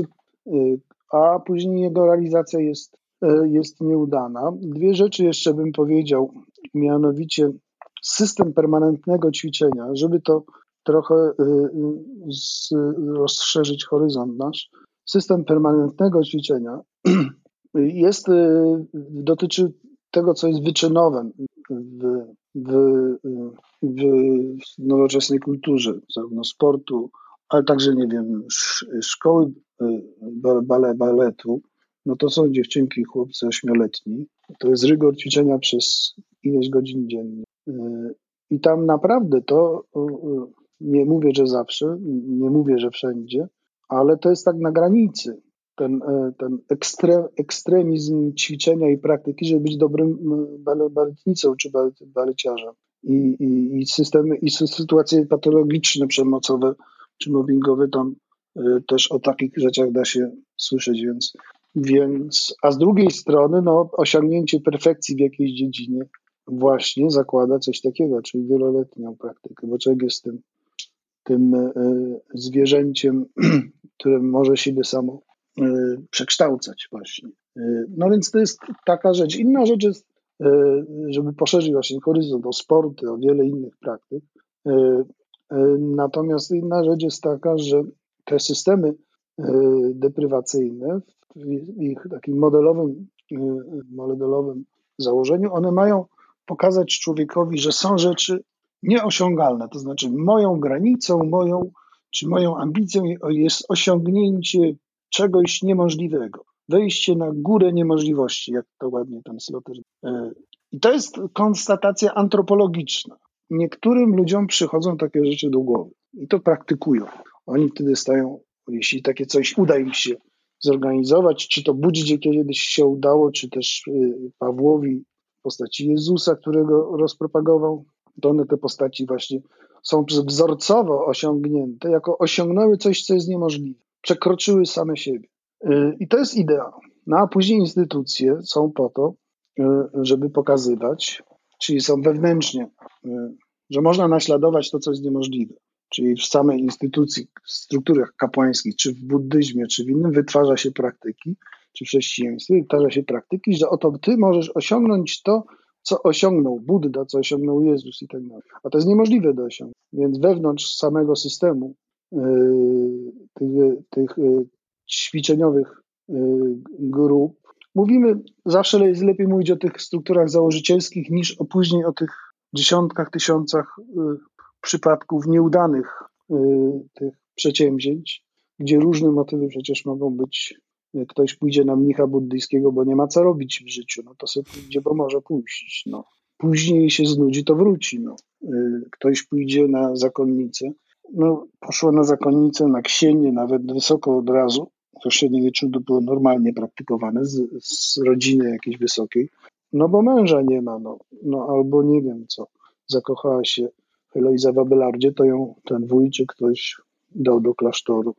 a później jego realizacja jest, jest nieudana. Dwie rzeczy jeszcze bym powiedział, mianowicie system permanentnego ćwiczenia, żeby to trochę z, rozszerzyć horyzont nasz. System permanentnego ćwiczenia jest, dotyczy tego, co jest wyczynowe w, w, w nowoczesnej kulturze, zarówno sportu, ale także, nie wiem, szkoły bale, baletu, no to są dziewczynki i chłopcy ośmioletni. To jest rygor ćwiczenia przez ileś godzin dziennie. I tam naprawdę to, nie mówię, że zawsze, nie mówię, że wszędzie, ale to jest tak na granicy. Ten, ten ekstre, ekstremizm ćwiczenia i praktyki, żeby być dobrym baletnicą czy baleciarzem. I, i, i systemy, i sytuacje patologiczne, przemocowe czy mobbingowe, tam y, też o takich rzeczach da się słyszeć, więc Więc, a z drugiej strony no, osiągnięcie perfekcji w jakiejś dziedzinie właśnie zakłada coś takiego, czyli wieloletnią praktykę, bo człowiek jest tym, tym y, zwierzęciem, które może siebie samo y, przekształcać właśnie. Y, no więc to jest taka rzecz. Inna rzecz jest, y, żeby poszerzyć właśnie horyzont o sporty, o wiele innych praktyk. Y, y, natomiast inna rzecz jest taka, że te systemy y, deprywacyjne w ich takim modelowym, y, modelowym założeniu, one mają pokazać człowiekowi, że są rzeczy nieosiągalne, to znaczy moją granicą, moją czy moją ambicją jest osiągnięcie czegoś niemożliwego, wejście na górę niemożliwości, jak to ładnie tam Slaughter. I to jest konstatacja antropologiczna. Niektórym ludziom przychodzą takie rzeczy do głowy i to praktykują. Oni wtedy stają, jeśli takie coś uda im się zorganizować, czy to Buddzie kiedyś się udało, czy też Pawłowi w postaci Jezusa, którego rozpropagował, to one te postaci właśnie są wzorcowo osiągnięte, jako osiągnęły coś, co jest niemożliwe. Przekroczyły same siebie. I to jest idea. No a później instytucje są po to, żeby pokazywać, czyli są wewnętrznie, że można naśladować to, co jest niemożliwe. Czyli w samej instytucji, w strukturach kapłańskich, czy w buddyzmie, czy w innym wytwarza się praktyki, czy w chrześcijaństwie wytwarza się praktyki, że oto ty możesz osiągnąć to, co osiągnął Budda, co osiągnął Jezus i tak dalej. A to jest niemożliwe do osiągnięcia. Więc wewnątrz samego systemu yy, tych, tych yy, ćwiczeniowych yy, grup mówimy, zawsze jest lepiej mówić o tych strukturach założycielskich niż o później o tych dziesiątkach, tysiącach yy, przypadków nieudanych yy, tych przedsięwzięć, gdzie różne motywy przecież mogą być. Ktoś pójdzie na mnicha buddyjskiego, bo nie ma co robić w życiu, no to sobie pójdzie, bo może pójść. No. Później się znudzi, to wróci. No. Ktoś pójdzie na zakonnicę, no poszło na zakonnicę, na księgę, nawet wysoko od razu, to w średniowieczu to było normalnie praktykowane, z, z rodziny jakiejś wysokiej, no bo męża nie ma, no, no albo nie wiem co, zakochała się Heloiza w Abelardzie, to ją ten wuj czy ktoś dał do klasztoru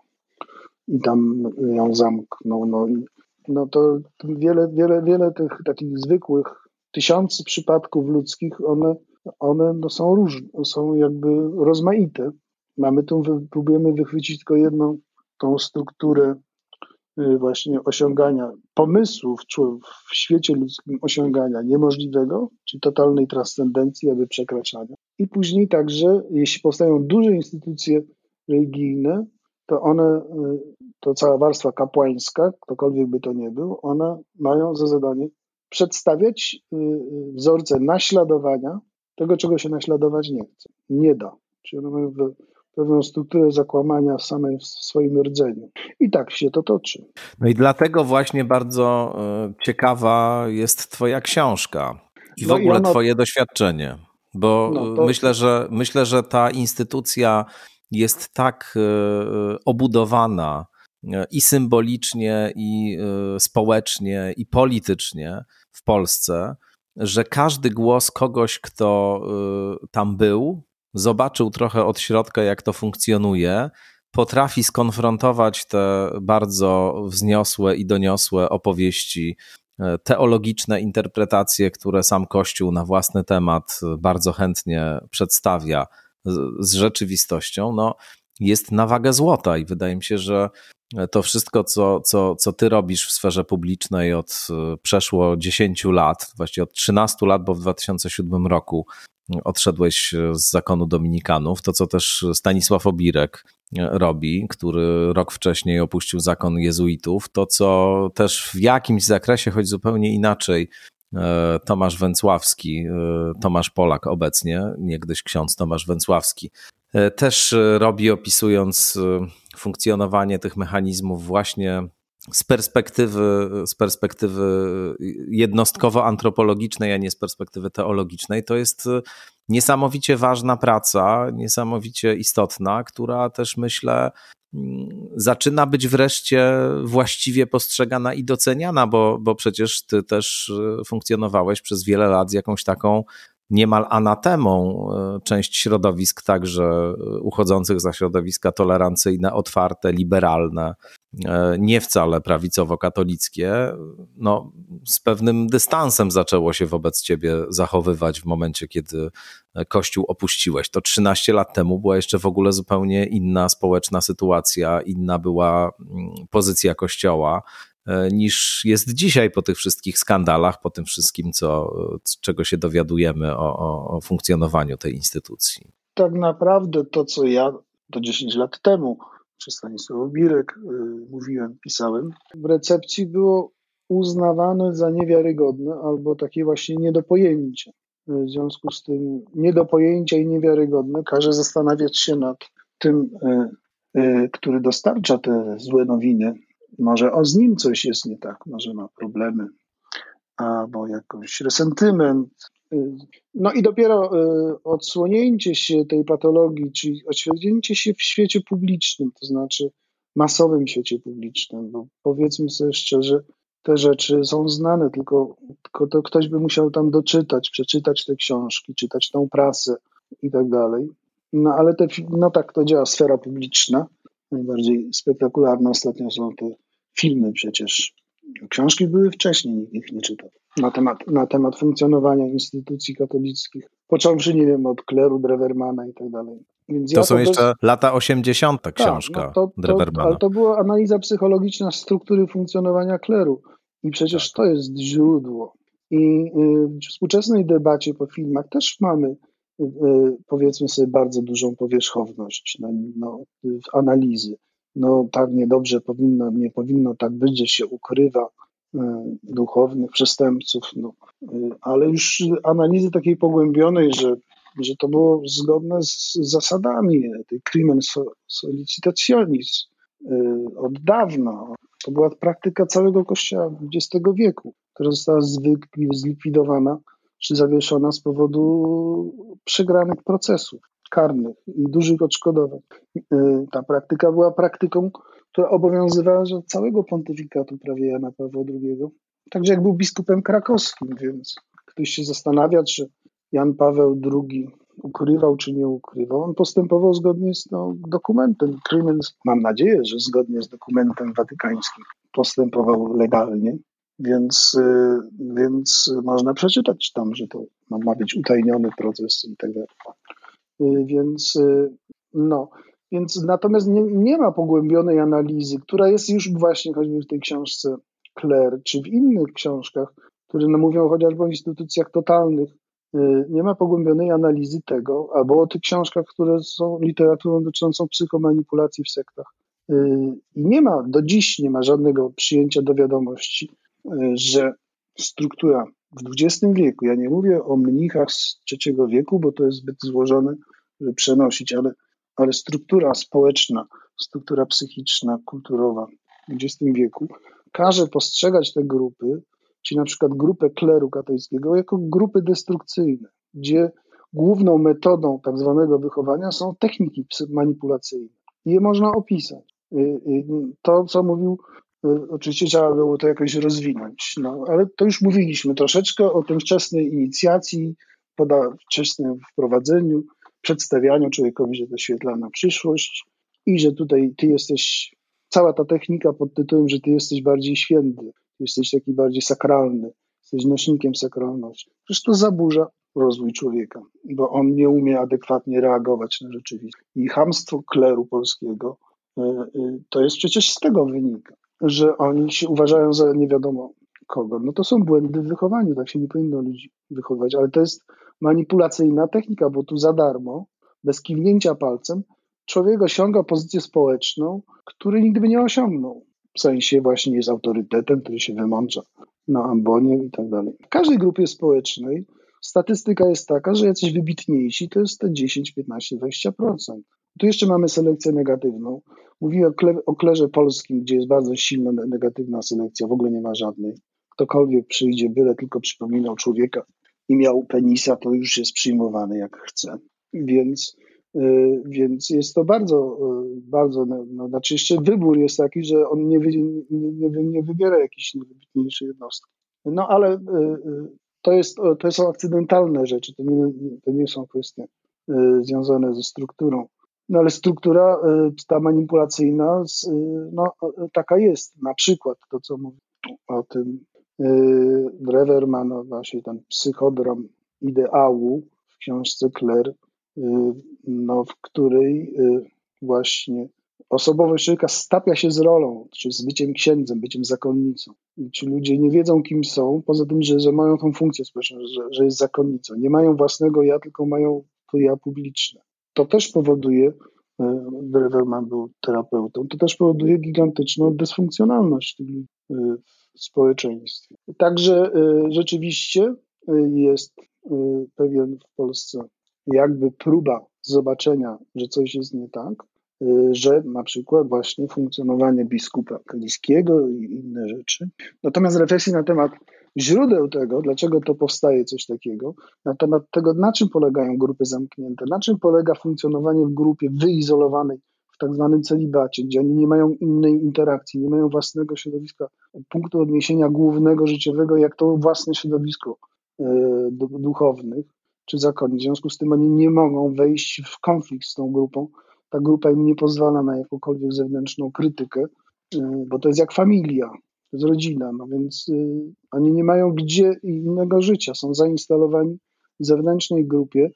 i tam ją zamknął. No, no to wiele, wiele, wiele tych takich zwykłych, tysiące przypadków ludzkich, one, one no są różne, są jakby rozmaite. Mamy tu, próbujemy wychwycić tylko jedną tą strukturę właśnie osiągania pomysłów w świecie ludzkim, osiągania niemożliwego, czyli totalnej transcendencji, aby przekraczania. I później także, jeśli powstają duże instytucje religijne, to one, to cała warstwa kapłańska, ktokolwiek by to nie był, one mają za zadanie przedstawiać wzorce naśladowania tego, czego się naśladować nie chce. Nie da. Czyli one mają pewną strukturę zakłamania samej w swoim rdzeniu. I tak się to toczy. No i dlatego właśnie bardzo ciekawa jest twoja książka i w no ogóle i ono... twoje doświadczenie. Bo no to... myślę, że, myślę, że ta instytucja jest tak obudowana i symbolicznie, i społecznie, i politycznie w Polsce, że każdy głos kogoś, kto tam był, zobaczył trochę od środka, jak to funkcjonuje, potrafi skonfrontować te bardzo wzniosłe i doniosłe opowieści, teologiczne interpretacje, które sam Kościół na własny temat bardzo chętnie przedstawia z rzeczywistością, no, jest na wagę złota i wydaje mi się, że to wszystko, co, co, co ty robisz w sferze publicznej od przeszło dziesięciu lat, właściwie od trzynastu lat, bo w dwa tysiące siódmym roku odszedłeś z zakonu dominikanów, to co też Stanisław Obirek robi, który rok wcześniej opuścił zakon jezuitów, to co też w jakimś zakresie, choć zupełnie inaczej, Tomasz Węcławski, Tomasz Polak obecnie, niegdyś ksiądz Tomasz Węcławski, też robi, opisując funkcjonowanie tych mechanizmów właśnie z perspektywy, z perspektywy jednostkowo-antropologicznej, a nie z perspektywy teologicznej. To jest niesamowicie ważna praca, niesamowicie istotna, która też myślę zaczyna być wreszcie właściwie postrzegana i doceniana, bo, bo przecież ty też funkcjonowałeś przez wiele lat z jakąś taką niemal anatemą część środowisk, także uchodzących za środowiska tolerancyjne, otwarte, liberalne, nie wcale prawicowo-katolickie, no, z pewnym dystansem zaczęło się wobec ciebie zachowywać w momencie, kiedy Kościół opuściłeś. To trzynaście lat temu była jeszcze w ogóle zupełnie inna społeczna sytuacja, inna była pozycja Kościoła niż jest dzisiaj po tych wszystkich skandalach, po tym wszystkim, co, czego się dowiadujemy o, o, o funkcjonowaniu tej instytucji. Tak naprawdę to, co ja to dziesięć lat temu przez Stanisław Birek y, mówiłem, pisałem, w recepcji było uznawane za niewiarygodne albo takie właśnie nie do pojęcia. W związku z tym nie do pojęcia i niewiarygodne każe zastanawiać się nad tym, y, y, który dostarcza te złe nowiny. Może o z nim coś jest nie tak, może ma problemy, albo jakiś resentyment. No i dopiero odsłonięcie się tej patologii, czyli oświadczenie się w świecie publicznym, to znaczy masowym świecie publicznym, bo powiedzmy sobie szczerze, te rzeczy są znane, tylko, tylko to ktoś by musiał tam doczytać, przeczytać te książki, czytać tą prasę i tak dalej. No ale te, no tak to działa sfera publiczna. Najbardziej spektakularne ostatnio są te filmy przecież. Książki były wcześniej, nikt ich nie czytał. Na temat, na temat funkcjonowania instytucji katolickich. Począwszy, nie wiem, od kleru Drewermana i tak dalej. Więc to ja są to jeszcze bez... lata osiemdziesiąte książka tak, no to, Drewermana. Ale to była analiza psychologiczna struktury funkcjonowania kleru. I przecież tak. to jest źródło. I y, w współczesnej debacie po filmach też mamy, y, y, powiedzmy sobie, bardzo dużą powierzchowność no, no, analizy. No tak niedobrze powinno, nie powinno tak być, że się ukrywa y, duchownych przestępców, no, y, ale już analizy takiej pogłębionej, że, że to było zgodne z zasadami tej crimen solicitationis y, od dawna. To była praktyka całego Kościoła dwudziestego wieku, która została zlikwidowana czy zawieszona z powodu przegranych procesów karnych i dużych odszkodowań. Ta praktyka była praktyką, która obowiązywała że całego pontyfikatu prawie Jana Pawła drugiego. Także jak był biskupem krakowskim, więc ktoś się zastanawia, czy Jan Paweł drugi ukrywał czy nie ukrywał. On postępował zgodnie z no, dokumentem. Krymen, mam nadzieję, że zgodnie z dokumentem watykańskim postępował legalnie, więc, więc można przeczytać tam, że to ma, ma być utajniony proces i tak dalej. Więc no, więc natomiast nie, nie ma pogłębionej analizy, która jest już właśnie choćby w tej książce Kler, czy w innych książkach, które no mówią chociażby o instytucjach totalnych. Nie ma pogłębionej analizy tego, albo o tych książkach, które są literaturą dotyczącą psychomanipulacji w sektach. I nie ma, do dziś nie ma żadnego przyjęcia do wiadomości, że struktura w dwudziestym wieku, ja nie mówię o mnichach z trzeciego wieku, bo to jest zbyt złożone, żeby przenosić, ale, ale struktura społeczna, struktura psychiczna, kulturowa w dwudziestym wieku każe postrzegać te grupy, czyli na przykład grupę kleru katolickiego, jako grupy destrukcyjne, gdzie główną metodą tak zwanego wychowania są techniki manipulacyjne. I je można opisać. To, co mówił, oczywiście trzeba było to jakoś rozwinąć, no, ale to już mówiliśmy troszeczkę o tej wczesnej inicjacji, poda, wczesnym wprowadzeniu, przedstawianiu człowiekowi, że to świetlana przyszłość i że tutaj ty jesteś, cała ta technika pod tytułem, że ty jesteś bardziej święty, jesteś taki bardziej sakralny, jesteś nośnikiem sakralności. Przecież to zaburza rozwój człowieka, bo on nie umie adekwatnie reagować na rzeczywistość. I chamstwo kleru polskiego to jest przecież z tego wynika, że oni się uważają za nie wiadomo kogo. No to są błędy w wychowaniu, tak się nie powinno ludzi wychowywać, ale to jest manipulacyjna technika, bo tu za darmo, bez kiwnięcia palcem, człowiek osiąga pozycję społeczną, której nigdy by nie osiągnął. W sensie właśnie jest autorytetem, który się wymącza na ambonie i tak dalej. W każdej grupie społecznej statystyka jest taka, że jacyś wybitniejsi to jest te dziesięć, piętnaście, dwadzieścia procent. Tu jeszcze mamy selekcję negatywną. Mówię o, kle, o klerze polskim, gdzie jest bardzo silna negatywna selekcja, w ogóle nie ma żadnej. Ktokolwiek przyjdzie, byle tylko przypominał człowieka i miał penisa, to już jest przyjmowany jak chce. Więc, yy, więc jest to bardzo, yy, bardzo, no, znaczy jeszcze wybór jest taki, że on nie, wy, nie, nie, nie wybiera jakiejś najwybitniejszej jednostki. No ale yy, to, jest, to są akcydentalne rzeczy, to nie, to nie są kwestie yy, związane ze strukturą No ale struktura ta manipulacyjna no, taka jest. Na przykład to, co mówi o tym Brewerman, no właśnie ten psychodram ideału w książce Claire, no, w której właśnie osobowość człowieka stapia się z rolą, czy z byciem księdzem, byciem zakonnicą. I ci ludzie nie wiedzą, kim są, poza tym, że, że mają tą funkcję społeczną, że, że jest zakonnicą. Nie mają własnego ja, tylko mają to ja publiczne. To też powoduje, Brewerman był terapeutą, to też powoduje gigantyczną dysfunkcjonalność tych ludzi w społeczeństwie. Także rzeczywiście jest pewien w Polsce jakby próba zobaczenia, że coś jest nie tak, że na przykład właśnie funkcjonowanie biskupa kaliskiego i inne rzeczy. Natomiast refleksji na temat źródeł tego, dlaczego to powstaje coś takiego, na temat tego, na czym polegają grupy zamknięte, na czym polega funkcjonowanie w grupie wyizolowanej, w tak zwanym celibacie, gdzie oni nie mają innej interakcji, nie mają własnego środowiska, punktu odniesienia głównego, życiowego, jak to własne środowisko duchownych czy zakonnych. W związku z tym oni nie mogą wejść w konflikt z tą grupą. Ta grupa im nie pozwala na jakąkolwiek zewnętrzną krytykę, bo to jest jak familia, to jest rodzina, no więc oni nie mają gdzie innego życia, są zainstalowani w zewnętrznej grupie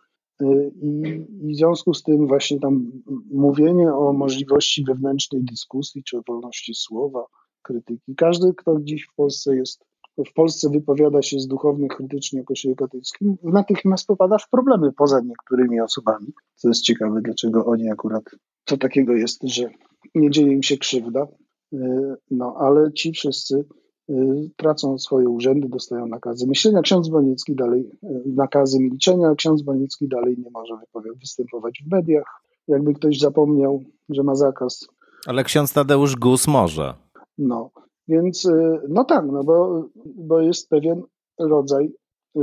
i, i w związku z tym właśnie tam mówienie o możliwości wewnętrznej dyskusji czy o wolności słowa, krytyki. Każdy, kto dziś w Polsce jest, w Polsce wypowiada się z duchownych krytycznie o Kościele katolickim, natychmiast popada w problemy poza niektórymi osobami. Co jest ciekawe, dlaczego oni akurat, co takiego jest, że nie dzieje im się krzywda, no ale ci wszyscy tracą swoje urzędy, dostają nakazy myślenia. Ksiądz Boniecki dalej, nakazy milczenia, ksiądz Boniecki dalej nie może występować w mediach. Jakby ktoś zapomniał, że ma zakaz. Ale ksiądz Tadeusz Gus może. No, więc no tak, no bo, bo jest pewien rodzaj,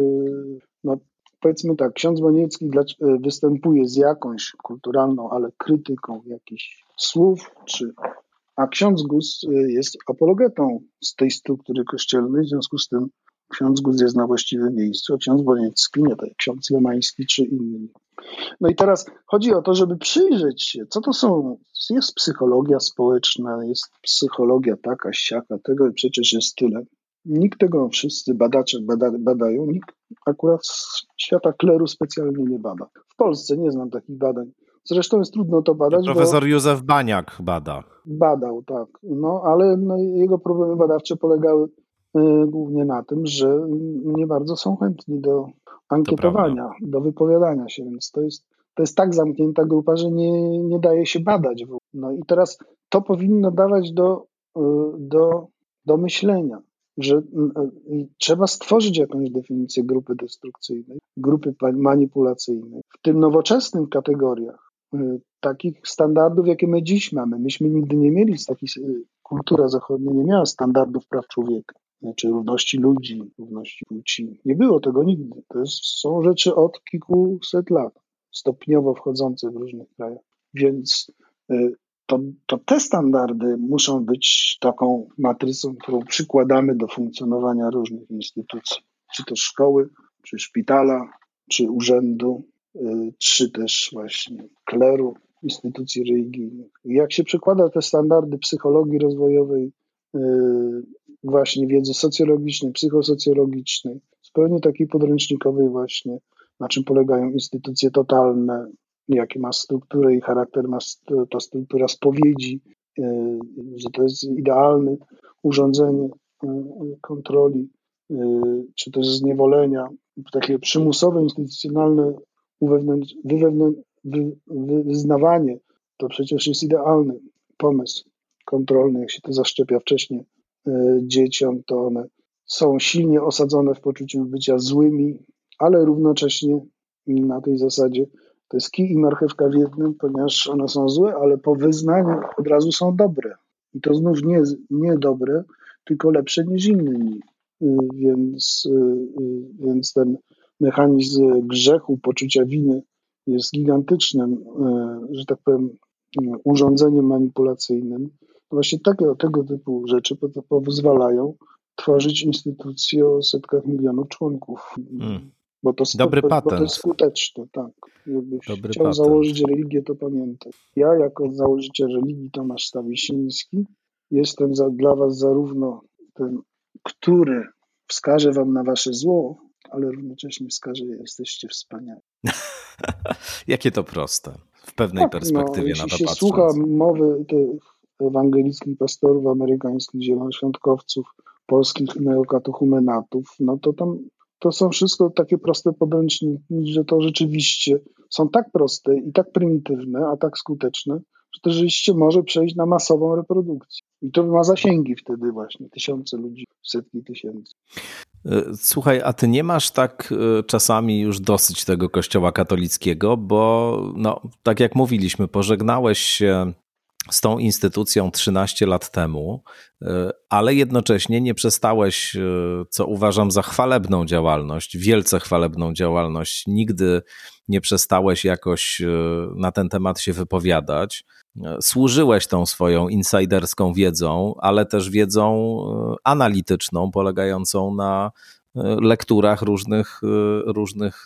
no powiedzmy tak, ksiądz Boniecki występuje z jakąś kulturalną, ale krytyką jakichś słów, czy a ksiądz Gus jest apologetą z tej struktury kościelnej, w związku z tym ksiądz Gus jest na właściwym miejscu, a ksiądz Boniecki nie, tak jak ksiądz Lemański czy inni. No i teraz chodzi o to, żeby przyjrzeć się, co to są, jest psychologia społeczna, jest psychologia taka, siaka, tego przecież jest tyle. Nikt tego, wszyscy badacze bada, badają, nikt akurat z świata kleru specjalnie nie bada. W Polsce nie znam takich badań. Zresztą jest trudno to badać, Profesor bo Józef Baniak bada. Badał, tak. No, ale no, jego problemy badawcze polegały y, głównie na tym, że nie bardzo są chętni do ankietowania, do wypowiadania się, więc to jest, to jest tak zamknięta grupa, że nie, nie daje się badać. No i teraz to powinno dawać do, y, do, do myślenia, że y, y, trzeba stworzyć jakąś definicję grupy destrukcyjnej, grupy manipulacyjnej. W tym nowoczesnych kategoriach takich standardów, jakie my dziś mamy. Myśmy nigdy nie mieli, takich, kultura zachodnia nie miała standardów praw człowieka, znaczy równości ludzi, równości płci. Nie było tego nigdy. To jest, są rzeczy od kilkuset lat, stopniowo wchodzące w różnych krajach. Więc to, to te standardy muszą być taką matrycą, którą przykładamy do funkcjonowania różnych instytucji, czy to szkoły, czy szpitala, czy urzędu, czy też właśnie kleru, instytucji religijnych. I jak się przekłada te standardy psychologii rozwojowej, właśnie wiedzy socjologicznej, psychosocjologicznej, zupełnie takiej podręcznikowej właśnie, na czym polegają instytucje totalne, jakie ma strukturę i charakter ma ta struktura spowiedzi, że to jest idealne urządzenie kontroli, czy też zniewolenia, takie przymusowe, instytucjonalne uwewnętrz, wywewnę, wy, wy, wyznawanie, to przecież jest idealny pomysł kontrolny, jak się to zaszczepia wcześniej y, dzieciom, to one są silnie osadzone w poczuciu bycia złymi, ale równocześnie na tej zasadzie to jest kij i marchewka w jednym, ponieważ one są złe, ale po wyznaniu od razu są dobre. I to znów nie, nie dobre, tylko lepsze niż inni. Y, więc, y, y, więc ten mechanizm grzechu, poczucia winy jest gigantycznym, że tak powiem, urządzeniem manipulacyjnym. Właśnie tego, tego typu rzeczy pozwalają tworzyć instytucje o setkach milionów członków. Hmm. Bo to, sku- Dobry bo to patent. jest skuteczne, tak. Jakbyś Dobry chciał patent. założyć religię, to pamiętaj. Ja jako założyciel religii Tomasz Stawiszyński jestem za, dla was zarówno ten, który wskaże wam na wasze zło, ale równocześnie wskaże, że jesteście wspaniali. Jakie to proste, w pewnej Tak, perspektywie no, na jeśli to się patrząc. słucha mowy tych ewangelickich pastorów amerykańskich, zielonoświątkowców, polskich neokatechumenatów, no to tam to są wszystko takie proste podręczniki, że to rzeczywiście są tak proste i tak prymitywne, a tak skuteczne, że to rzeczywiście może przejść na masową reprodukcję. I to ma zasięgi wtedy właśnie, tysiące ludzi, setki tysięcy. Słuchaj, a ty nie masz tak czasami już dosyć tego Kościoła katolickiego, bo no, tak jak mówiliśmy, pożegnałeś się z tą instytucją trzynaście lat temu, ale jednocześnie nie przestałeś, co uważam za chwalebną działalność, wielce chwalebną działalność, nigdy nie przestałeś jakoś na ten temat się wypowiadać. Służyłeś tą swoją insiderską wiedzą, ale też wiedzą analityczną, polegającą na lekturach różnych, różnych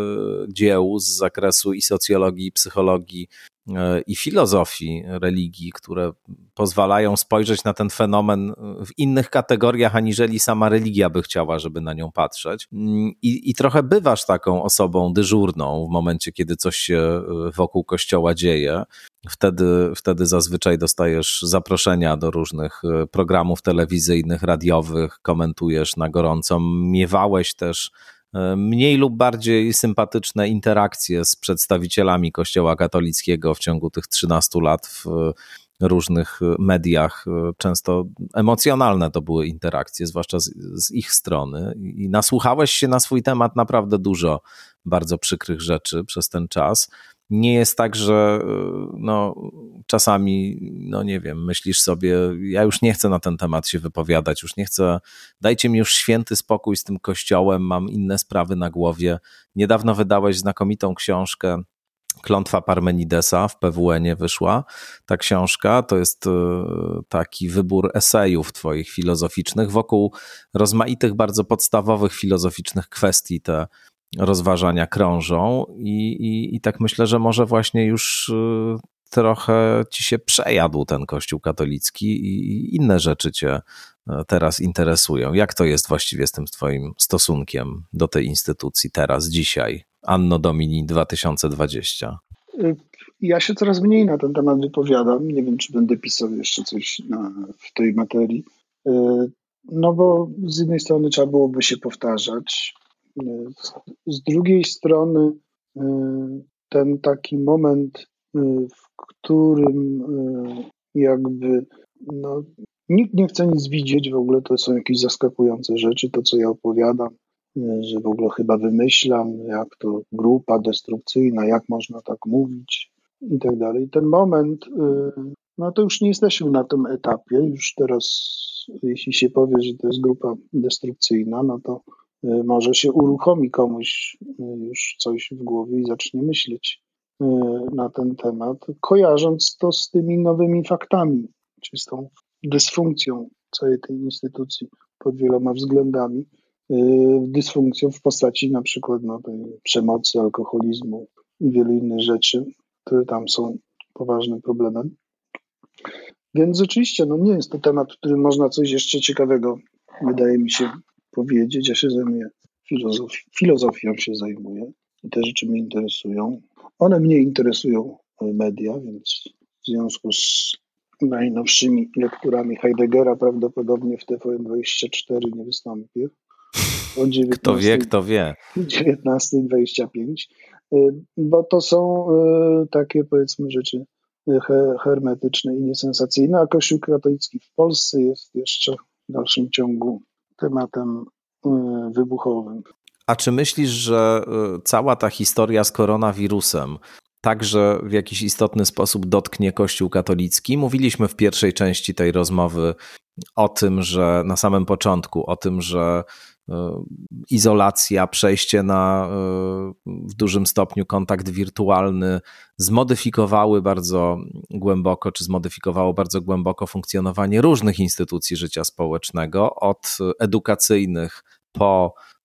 dzieł z zakresu i socjologii, i psychologii, i filozofii religii, które pozwalają spojrzeć na ten fenomen w innych kategoriach, aniżeli sama religia by chciała, żeby na nią patrzeć. I, i trochę bywasz taką osobą dyżurną w momencie, kiedy coś się wokół Kościoła dzieje. Wtedy, wtedy zazwyczaj dostajesz zaproszenia do różnych programów telewizyjnych, radiowych, komentujesz na gorąco. Miewałeś też mniej lub bardziej sympatyczne interakcje z przedstawicielami Kościoła katolickiego w ciągu tych trzynastu lat w różnych mediach. Często emocjonalne to były interakcje, zwłaszcza z, z ich strony. I nasłuchałeś się na swój temat naprawdę dużo bardzo przykrych rzeczy przez ten czas. Nie jest tak, że no, czasami, no nie wiem, myślisz sobie, ja już nie chcę na ten temat się wypowiadać, już nie chcę, dajcie mi już święty spokój z tym Kościołem, mam inne sprawy na głowie. Niedawno wydałeś znakomitą książkę Klątwa Parmenidesa, w P W N-ie wyszła ta książka. To jest taki wybór esejów twoich filozoficznych wokół rozmaitych, bardzo podstawowych filozoficznych kwestii. Te rozważania krążą i, i, i tak myślę, że może właśnie już trochę ci się przejadł ten Kościół katolicki i inne rzeczy cię teraz interesują. Jak to jest właściwie z tym twoim stosunkiem do tej instytucji teraz, dzisiaj, Anno Domini dwa tysiące dwadzieścia? Ja się coraz mniej na ten temat wypowiadam. Nie wiem, czy będę pisał jeszcze coś na, w tej materii. No bo z jednej strony trzeba byłoby się powtarzać. Z drugiej strony ten taki moment, w którym jakby no, nikt nie chce nic widzieć, w ogóle to są jakieś zaskakujące rzeczy, to co ja opowiadam, że w ogóle chyba wymyślam, jak to grupa destrukcyjna, jak można tak mówić i tak dalej. Ten moment, no to już nie jesteśmy na tym etapie, już teraz jeśli się powie, że to jest grupa destrukcyjna, no to może się uruchomi komuś już coś w głowie i zacznie myśleć na ten temat, kojarząc to z tymi nowymi faktami, czy z tą dysfunkcją całej tej instytucji pod wieloma względami, dysfunkcją w postaci na przykład no, tej przemocy, alkoholizmu i wielu innych rzeczy, które tam są poważnym problemem. Więc rzeczywiście no, nie jest to temat, w którym można coś jeszcze ciekawego, wydaje mi się, powiedzieć. Ja się zajmuję filozofią, filozofią się zajmuję i te rzeczy mnie interesują. One mnie interesują media, więc w związku z najnowszymi lekturami Heideggera prawdopodobnie w T V N dwadzieścia cztery nie wystąpię. Kto wie, kto wie. dziewiętnasta dwadzieścia pięć, bo to są takie powiedzmy rzeczy hermetyczne i niesensacyjne, a Kościół katolicki w Polsce jest jeszcze w dalszym ciągu tematem wybuchowym. A czy myślisz, że cała ta historia z koronawirusem także w jakiś istotny sposób dotknie Kościół katolicki? Mówiliśmy w pierwszej części tej rozmowy o tym, że na samym początku, o tym, że izolacja, przejście na w dużym stopniu kontakt wirtualny zmodyfikowały bardzo głęboko, czy zmodyfikowało bardzo głęboko funkcjonowanie różnych instytucji życia społecznego, od edukacyjnych po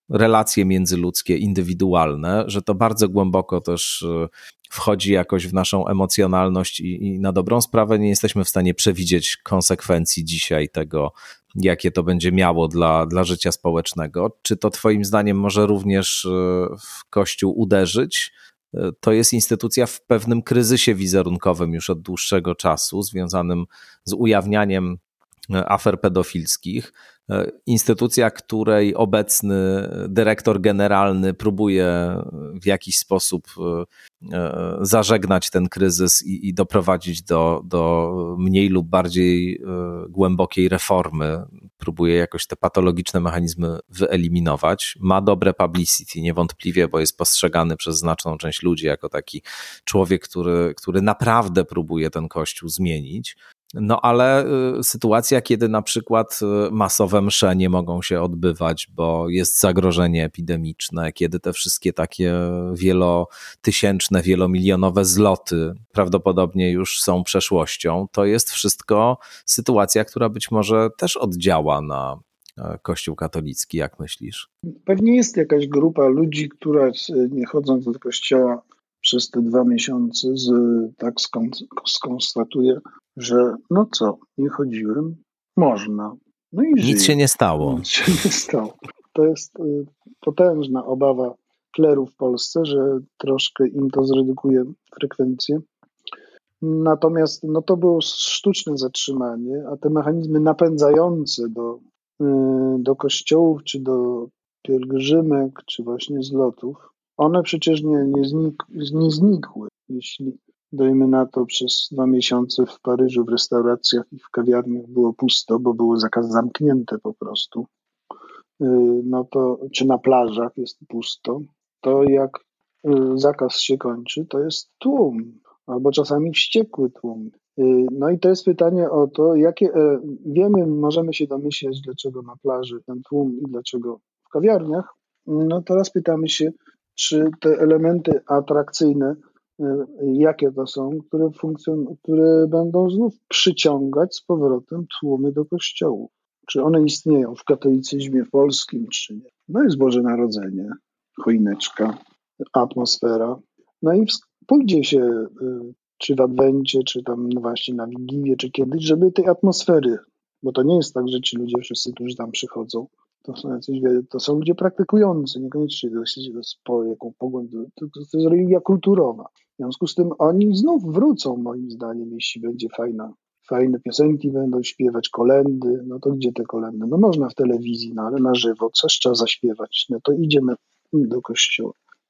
relacje międzyludzkie, indywidualne, że to bardzo głęboko też wchodzi jakoś w naszą emocjonalność i, i na dobrą sprawę nie jesteśmy w stanie przewidzieć konsekwencji dzisiaj tego, jakie to będzie miało dla, dla życia społecznego. Czy to twoim zdaniem może również w Kościół uderzyć? To jest instytucja w pewnym kryzysie wizerunkowym już od dłuższego czasu, związanym z ujawnianiem afer pedofilskich. Instytucja, której obecny dyrektor generalny próbuje w jakiś sposób zażegnać ten kryzys i, i doprowadzić do, do mniej lub bardziej głębokiej reformy. Próbuje jakoś te patologiczne mechanizmy wyeliminować. Ma dobre publicity, niewątpliwie, bo jest postrzegany przez znaczną część ludzi jako taki człowiek, który, który naprawdę próbuje ten Kościół zmienić. No ale y, sytuacja, kiedy na przykład y, masowe msze nie mogą się odbywać, bo jest zagrożenie epidemiczne, kiedy te wszystkie takie wielotysięczne, wielomilionowe zloty prawdopodobnie już są przeszłością, to jest wszystko sytuacja, która być może też oddziała na Kościół katolicki, jak myślisz? Pewnie jest jakaś grupa ludzi, która nie chodząc do kościoła przez te dwa miesiące z, tak skonstatuje, że no co, nie chodziłem, można. No i żyję. Nic się nie stało. Nic się nie stało. To jest y, potężna obawa kleru w Polsce, że troszkę im to zredukuje frekwencję. Natomiast no to było sztuczne zatrzymanie, a te mechanizmy napędzające do, y, do kościołów, czy do pielgrzymek, czy właśnie zlotów, one przecież nie, nie, znik, nie znikły. Jeśli dajmy na to, przez dwa miesiące w Paryżu w restauracjach i w kawiarniach było pusto, bo było zakaz zamknięte po prostu, no to, czy na plażach jest pusto, to jak zakaz się kończy, to jest tłum, albo czasami wściekły tłum. No i to jest pytanie o to, jakie, wiemy, możemy się domyśleć, dlaczego na plaży ten tłum i dlaczego w kawiarniach. No teraz pytamy się, czy te elementy atrakcyjne, jakie to są, które, funkcjon- które będą znów przyciągać z powrotem tłumy do kościołów. Czy one istnieją w katolicyzmie polskim, czy nie. No jest Boże Narodzenie, choineczka, atmosfera. No i pójdzie się, czy w Adwencie, czy tam właśnie na Wigilię, czy kiedyś, żeby tej atmosfery, bo to nie jest tak, że ci ludzie wszyscy, którzy tam przychodzą, to są, jacyś, to są ludzie praktykujący, niekoniecznie to jest po jaką pogodę, to, to, to jest religia kulturowa. W związku z tym oni znów wrócą, moim zdaniem, jeśli będzie fajna, fajne piosenki będą śpiewać, kolędy, no to gdzie te kolędy? No można w telewizji, no ale na żywo, coś trzeba zaśpiewać, no to idziemy do kościoła.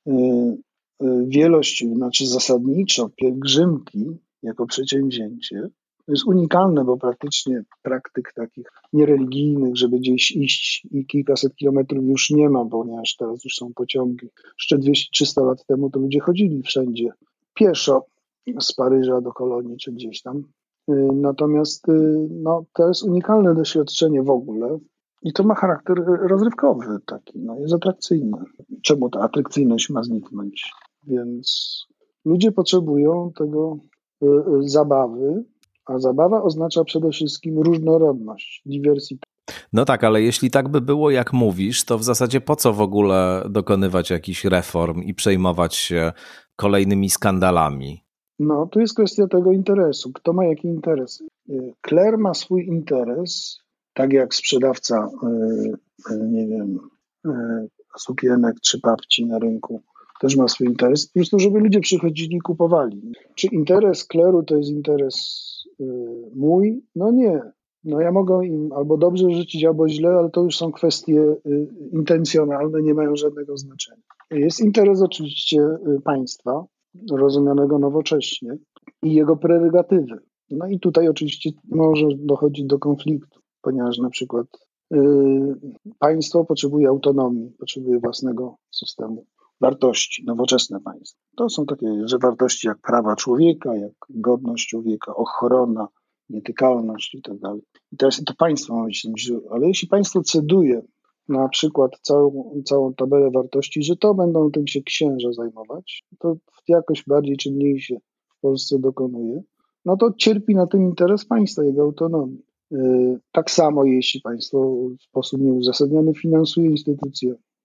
Wielość, znaczy zasadniczo pielgrzymki jako przedsięwzięcie to jest unikalne, bo praktycznie praktyk takich niereligijnych, żeby gdzieś iść i kilkaset kilometrów już nie ma, ponieważ teraz już są pociągi. Jeszcze dwieście trzysta lat temu to ludzie chodzili wszędzie pieszo z Paryża do Kolonii czy gdzieś tam. Natomiast no, to jest unikalne doświadczenie w ogóle i to ma charakter rozrywkowy taki, no jest atrakcyjny. Czemu ta atrakcyjność ma zniknąć? Więc ludzie potrzebują tego y, y, zabawy, a zabawa oznacza przede wszystkim różnorodność, diversity. No tak, ale jeśli tak by było, jak mówisz, to w zasadzie po co w ogóle dokonywać jakichś reform i przejmować się kolejnymi skandalami? No, tu jest kwestia tego interesu. Kto ma jaki interes? Kler ma swój interes, tak jak sprzedawca, nie wiem, sukienek czy babci na rynku też ma swój interes, po prostu żeby ludzie przychodzili i kupowali. Czy interes kleru to jest interes mój? No nie. No ja mogę im albo dobrze życzyć, albo źle, ale to już są kwestie intencjonalne, nie mają żadnego znaczenia. Jest interes oczywiście państwa, rozumianego nowocześnie i jego prerogatywy. No i tutaj oczywiście może dochodzić do konfliktu, ponieważ na przykład yy, państwo potrzebuje autonomii, potrzebuje własnego systemu wartości, nowoczesne państwo. To są takie, że wartości jak prawa człowieka, jak godność człowieka, ochrona, nietykalność i tak dalej. I teraz to państwo ma być tym źródłem, ale jeśli państwo ceduje na przykład całą, całą tabelę wartości, że to będą tym się księża zajmować, to jakoś bardziej czy mniej się w Polsce dokonuje, no to cierpi na tym interes państwa, jego autonomii. Yy, tak samo jeśli państwo w sposób nieuzasadniony finansuje instytucje,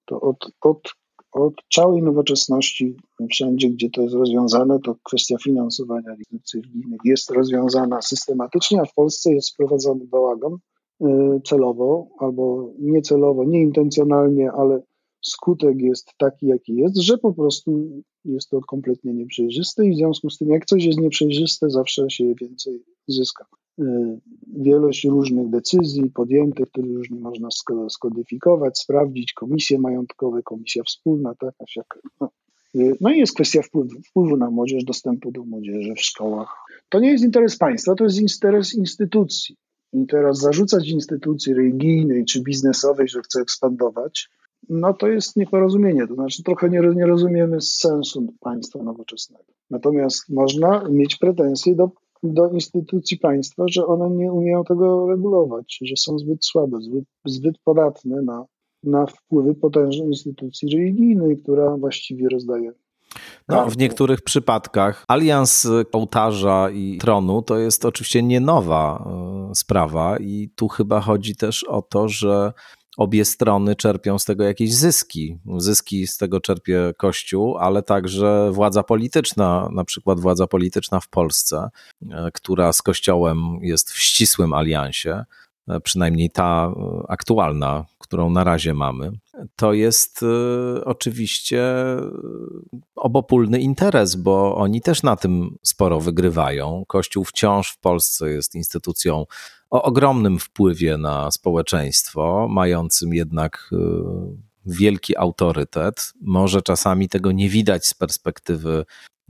To od, od, od całej nowoczesności, wszędzie gdzie to jest rozwiązane, to kwestia finansowania instytucji religijnych jest rozwiązana systematycznie, a w Polsce jest wprowadzany bałagan y, celowo albo niecelowo, nieintencjonalnie, ale skutek jest taki, jaki jest, że po prostu jest to kompletnie nieprzejrzyste i w związku z tym, jak coś jest nieprzejrzyste, zawsze się więcej zyska. Wielość różnych decyzji podjętych, które różnie można skodyfikować, sprawdzić, komisje majątkowe, komisja wspólna, tak, jak, no. No i jest kwestia wpływu, wpływu na młodzież, dostępu do młodzieży w szkołach. To nie jest interes państwa, to jest interes instytucji. I teraz zarzucać instytucji religijnej czy biznesowej, że chce ekspandować, no to jest nieporozumienie, to znaczy trochę nie, nie rozumiemy sensu państwa nowoczesnego. Natomiast można mieć pretensje do, do instytucji państwa, że one nie umieją tego regulować, że są zbyt słabe, zbyt, zbyt podatne na, na wpływy potężnej instytucji religijnej, która właściwie rozdaje. No, w niektórych przypadkach alians ołtarza i tronu to jest oczywiście nie nowa sprawa i tu chyba chodzi też o to, że obie strony czerpią z tego jakieś zyski. Zyski z tego czerpie Kościół, ale także władza polityczna, na przykład władza polityczna w Polsce, która z Kościołem jest w ścisłym aliansie, przynajmniej ta aktualna, którą na razie mamy. To jest oczywiście obopólny interes, bo oni też na tym sporo wygrywają. Kościół wciąż w Polsce jest instytucją o ogromnym wpływie na społeczeństwo, mającym jednak wielki autorytet. Może czasami tego nie widać z perspektywy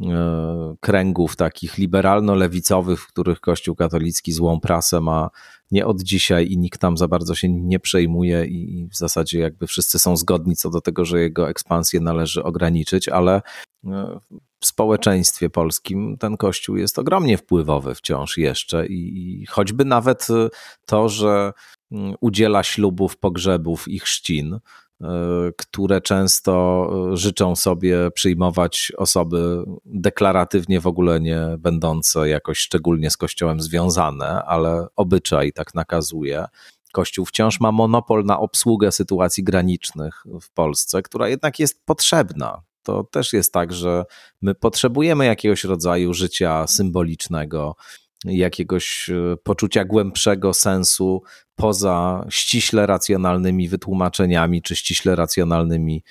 kręgów takich liberalno-lewicowych, w których Kościół katolicki złą prasę ma nie od dzisiaj i nikt tam za bardzo się nie przejmuje i w zasadzie jakby wszyscy są zgodni co do tego, że jego ekspansję należy ograniczyć, ale w społeczeństwie polskim ten Kościół jest ogromnie wpływowy wciąż jeszcze i choćby nawet to, że udziela ślubów, pogrzebów i chrzcin, które często życzą sobie przyjmować osoby deklaratywnie w ogóle nie będące jakoś szczególnie z Kościołem związane, ale obyczaj tak nakazuje. Kościół wciąż ma monopol na obsługę sytuacji granicznych w Polsce, która jednak jest potrzebna. To też jest tak, że my potrzebujemy jakiegoś rodzaju życia symbolicznego, jakiegoś poczucia głębszego sensu poza ściśle racjonalnymi wytłumaczeniami czy ściśle racjonalnymi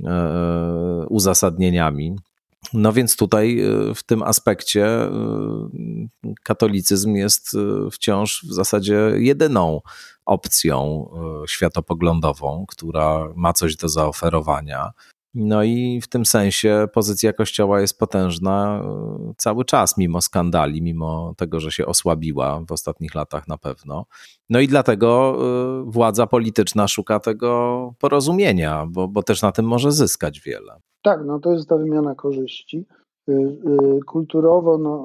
e, uzasadnieniami. No więc tutaj w tym aspekcie katolicyzm jest wciąż w zasadzie jedyną opcją światopoglądową, która ma coś do zaoferowania. No i w tym sensie pozycja Kościoła jest potężna cały czas, mimo skandali, mimo tego, że się osłabiła w ostatnich latach na pewno. No i dlatego władza polityczna szuka tego porozumienia, bo, bo też na tym może zyskać wiele. Tak, no to jest ta wymiana korzyści. Kulturowo no,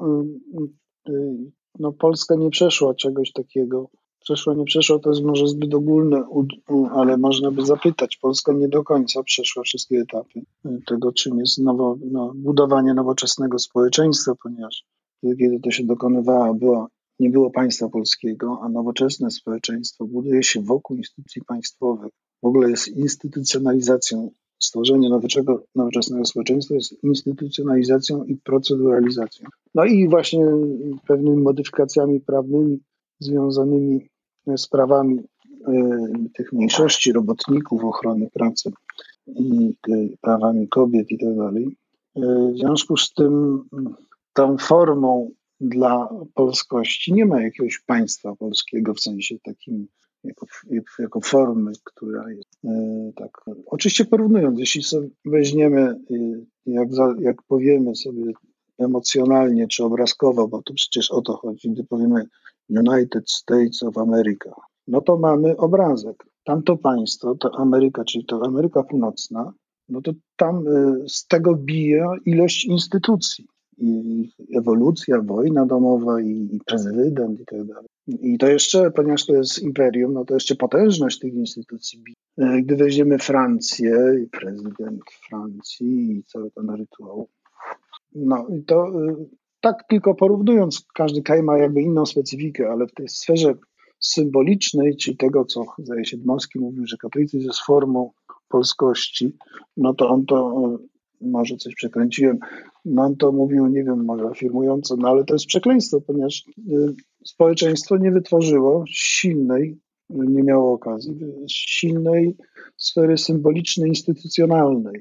no Polska nie przeszła czegoś takiego. Przeszła, nie przeszła, to jest może zbyt ogólne, ale można by zapytać. Polska nie do końca przeszła wszystkie etapy tego, czym jest nowo, no, budowanie nowoczesnego społeczeństwa, ponieważ kiedy to się dokonywało, było, nie było państwa polskiego, a nowoczesne społeczeństwo buduje się wokół instytucji państwowych. W ogóle jest instytucjonalizacją. Stworzenie nowego, nowoczesnego społeczeństwa jest instytucjonalizacją i proceduralizacją. No i właśnie pewnymi modyfikacjami prawnymi związanymi z prawami y, tych mniejszości, robotników, ochrony pracy i y, prawami kobiet i tak dalej. W związku z tym tą formą dla polskości nie ma jakiegoś państwa polskiego w sensie takim jako, jako formy, która jest y, tak. Oczywiście porównując, jeśli sobie weźmiemy, y, jak, za, jak powiemy sobie emocjonalnie czy obrazkowo, bo tu przecież o to chodzi, gdy powiemy United States of America, no to mamy obrazek. Tamto państwo, to Ameryka, czyli to Ameryka Północna, no to tam z tego bije ilość instytucji. I ewolucja, wojna domowa i, i prezydent i tak dalej. I to jeszcze, ponieważ to jest imperium, no to jeszcze potężność tych instytucji bije. Gdy weźmiemy Francję i prezydent Francji i cały ten rytuał, no i to tak tylko porównując, każdy kraj ma jakby inną specyfikę, ale w tej sferze symbolicznej, czyli tego, co zdaje się Dmowski mówił, że katolicyzm jest formą polskości, no to on to, może coś przekręciłem, no on to mówił, nie wiem, może afirmująco, no ale to jest przekleństwo, ponieważ społeczeństwo nie wytworzyło silnej, nie miało okazji, silnej sfery symbolicznej, instytucjonalnej.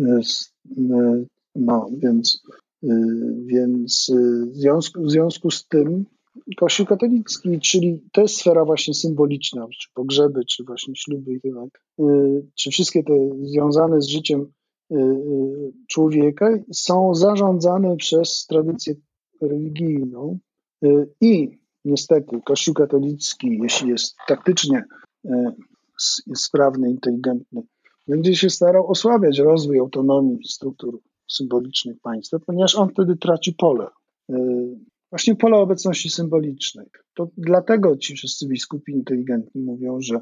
No, więc, więc w związku, w związku z tym Kościół katolicki, czyli to jest sfera właśnie symboliczna, czy pogrzeby, czy właśnie śluby i tak dalej, czy wszystkie te związane z życiem człowieka są zarządzane przez tradycję religijną i niestety Kościół katolicki, jeśli jest taktycznie sprawny, inteligentny, będzie się starał osłabiać rozwój autonomii struktur symbolicznych państwa, ponieważ on wtedy traci pole. Właśnie pole obecności symbolicznej. To dlatego ci wszyscy biskupi inteligentni mówią, że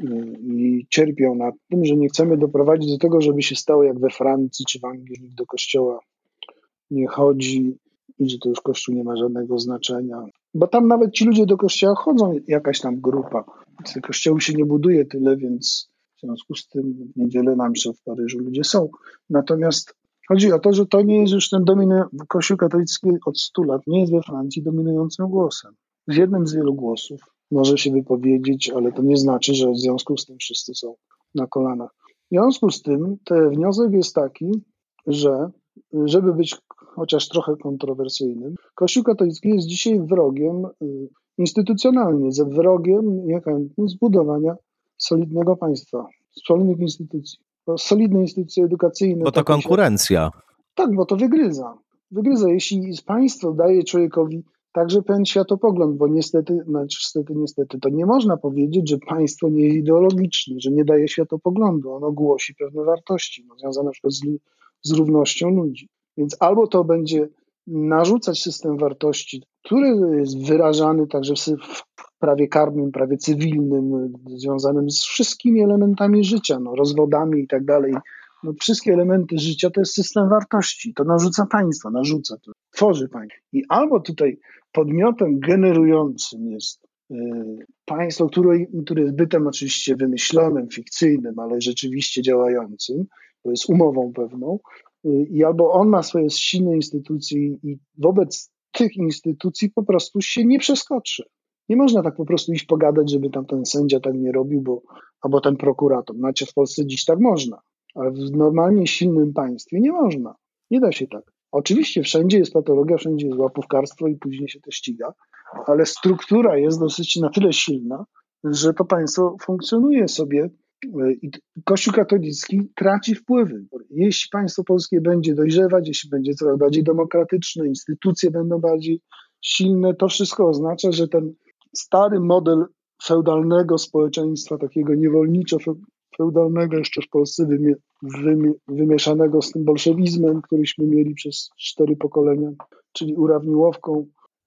i cierpią nad tym, że nie chcemy doprowadzić do tego, żeby się stało jak we Francji czy w Anglii, że nikt do kościoła nie chodzi i że to już kościół nie ma żadnego znaczenia. Bo tam nawet ci ludzie do kościoła chodzą, jakaś tam grupa. Kościołu się nie buduje tyle, więc w związku z tym w niedzielę na mszę w Paryżu ludzie są. Natomiast chodzi o to, że to nie jest już ten dominujący, Kościół katolicki od stu lat nie jest we Francji dominującym głosem. Z jednym z wielu głosów może się wypowiedzieć, ale to nie znaczy, że w związku z tym wszyscy są na kolanach. W związku z tym ten wniosek jest taki, że żeby być chociaż trochę kontrowersyjnym, Kościół katolicki jest dzisiaj wrogiem instytucjonalnie, ze wrogiem niechętnym zbudowania solidnego państwa, solidnych instytucji. Bo solidne instytucje edukacyjne... Bo to konkurencja. Się, tak, bo to wygryza. Wygryza, jeśli państwo daje człowiekowi także pewien światopogląd, bo niestety, znaczy niestety, niestety, to nie można powiedzieć, że państwo nie jest ideologiczne, że nie daje światopoglądu. Ono głosi pewne wartości, no, związane na przykład z, z równością ludzi. Więc albo to będzie narzucać system wartości, który jest wyrażany także w prawie karnym, prawie cywilnym, związanym z wszystkimi elementami życia, no, rozwodami i tak dalej. No, wszystkie elementy życia to jest system wartości. To narzuca państwo, narzuca, to tworzy państwo. I albo tutaj podmiotem generującym jest y, państwo, które, które jest bytem oczywiście wymyślonym, fikcyjnym, ale rzeczywiście działającym, to jest umową pewną, y, i albo on ma swoje silne instytucje i wobec tych instytucji po prostu się nie przeskoczy. Nie można tak po prostu iść pogadać, żeby tam ten sędzia tak nie robił, bo, albo ten prokurator. Znaczy w Polsce dziś tak można, ale w normalnie silnym państwie nie można. Nie da się tak. Oczywiście wszędzie jest patologia, wszędzie jest łapówkarstwo i później się to ściga, ale struktura jest dosyć na tyle silna, że to państwo funkcjonuje sobie i Kościół katolicki traci wpływy. Jeśli państwo polskie będzie dojrzewać, jeśli będzie coraz bardziej demokratyczne, instytucje będą bardziej silne, to wszystko oznacza, że ten stary model feudalnego społeczeństwa, takiego niewolniczo-feudalnego jeszcze w Polsce wymie, wymie, wymieszanego z tym bolszewizmem, któryśmy mieli przez cztery pokolenia, czyli urawniłowką,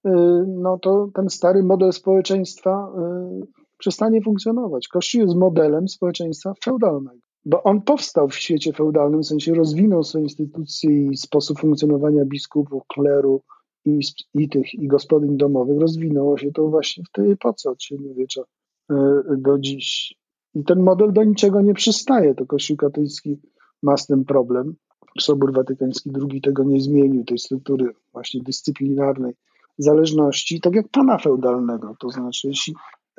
no to ten stary model społeczeństwa przestanie funkcjonować. Kościół jest modelem społeczeństwa feudalnego, bo on powstał w świecie feudalnym, w sensie rozwinął swoje instytucje i sposób funkcjonowania biskupów, kleru, I, i tych i gospodyń domowych rozwinęło się to właśnie w tej epoce od średniowiecza do dziś. I ten model do niczego nie przystaje. To Kościół katolicki ma z tym problem. Sobór Watykański drugi tego nie zmienił, tej struktury właśnie dyscyplinarnej zależności, tak jak pana feudalnego. To znaczy, jeśli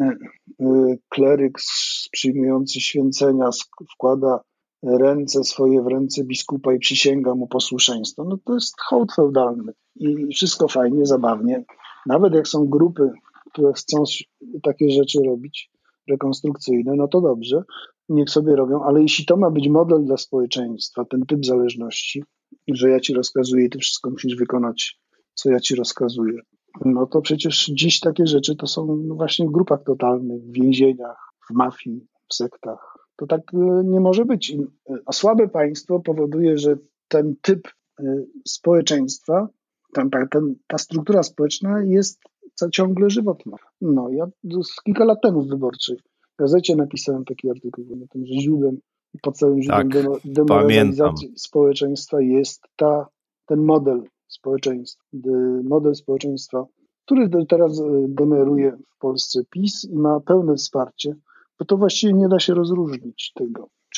kleryk przyjmujący święcenia wkłada ręce swoje w ręce biskupa i przysięga mu posłuszeństwo, no to jest hołd feudalny i wszystko fajnie, zabawnie. Nawet jak są grupy, które chcą takie rzeczy robić, rekonstrukcyjne, no to dobrze, niech sobie robią, ale jeśli to ma być model dla społeczeństwa, ten typ zależności, że ja ci rozkazuję i ty wszystko musisz wykonać, co ja ci rozkazuję, no to przecież dziś takie rzeczy to są właśnie w grupach totalnych, w więzieniach, w mafii, w sektach. To tak nie może być. A słabe państwo powoduje, że ten typ społeczeństwa, ten, ten, ta struktura społeczna jest ciągle żywotna. No, ja kilka lat temu w Wyborczej gazecie napisałem taki artykuł na tym, że źródłem, podstawowym źródłem tak, demoralizacji społeczeństwa jest ta, ten model społeczeństwa, model społeczeństwa, który teraz generuje w Polsce PiS i ma pełne wsparcie, bo to właściwie nie da się rozróżnić tego, czy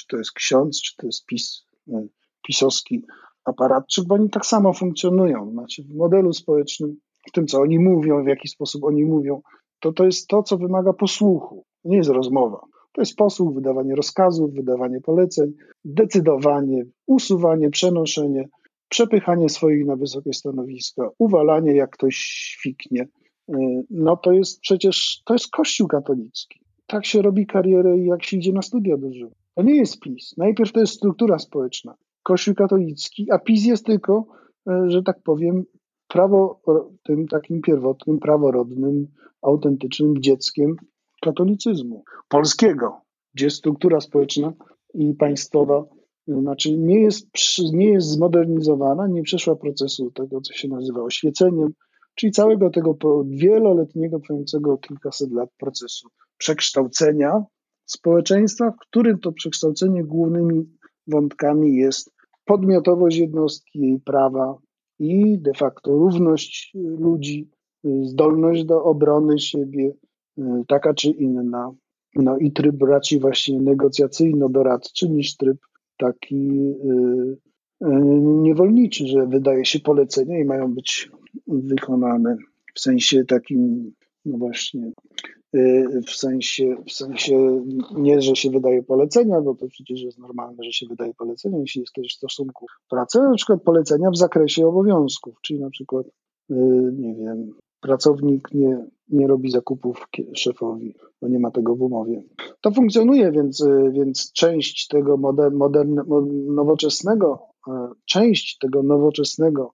czy to jest ksiądz, czy to jest PiS, pisowski aparatczyk, bo oni tak samo funkcjonują. Znaczy w modelu społecznym, w tym co oni mówią, w jaki sposób oni mówią, to to jest to, co wymaga posłuchu. To nie jest rozmowa. To jest posłuch, wydawanie rozkazów, wydawanie poleceń, decydowanie, usuwanie, przenoszenie, przepychanie swoich na wysokie stanowiska, uwalanie jak ktoś świknie. No to jest przecież, to jest Kościół katolicki. Tak się robi karierę, jak się idzie na studia do życia. To nie jest PiS. Najpierw to jest struktura społeczna. Kościół katolicki, a PiS jest tylko, że tak powiem, prawo, tym takim pierwotnym, praworodnym, autentycznym dzieckiem katolicyzmu polskiego, gdzie struktura społeczna i państwowa, znaczy nie jest, nie jest zmodernizowana, nie przeszła procesu tego, co się nazywa oświeceniem, czyli całego tego wieloletniego, trwającego kilkaset lat procesu przekształcenia społeczeństwa, w którym to przekształcenie głównymi wątkami jest podmiotowość jednostki, jej prawa i de facto równość ludzi, zdolność do obrony siebie, taka czy inna. No i tryb raczej właśnie negocjacyjno-doradczy niż tryb taki yy, yy, niewolniczy, że wydaje się polecenia i mają być wykonane w sensie takim, no właśnie, yy, w sensie, w sensie nie, że się wydaje polecenia, bo to przecież jest normalne, że się wydaje polecenia, jeśli jest też w stosunku pracy, na przykład polecenia w zakresie obowiązków, czyli na przykład, yy, nie wiem, pracownik nie, nie robi zakupów szefowi, bo nie ma tego w umowie. To funkcjonuje, więc, więc część tego moder, moderne, nowoczesnego, część tego nowoczesnego,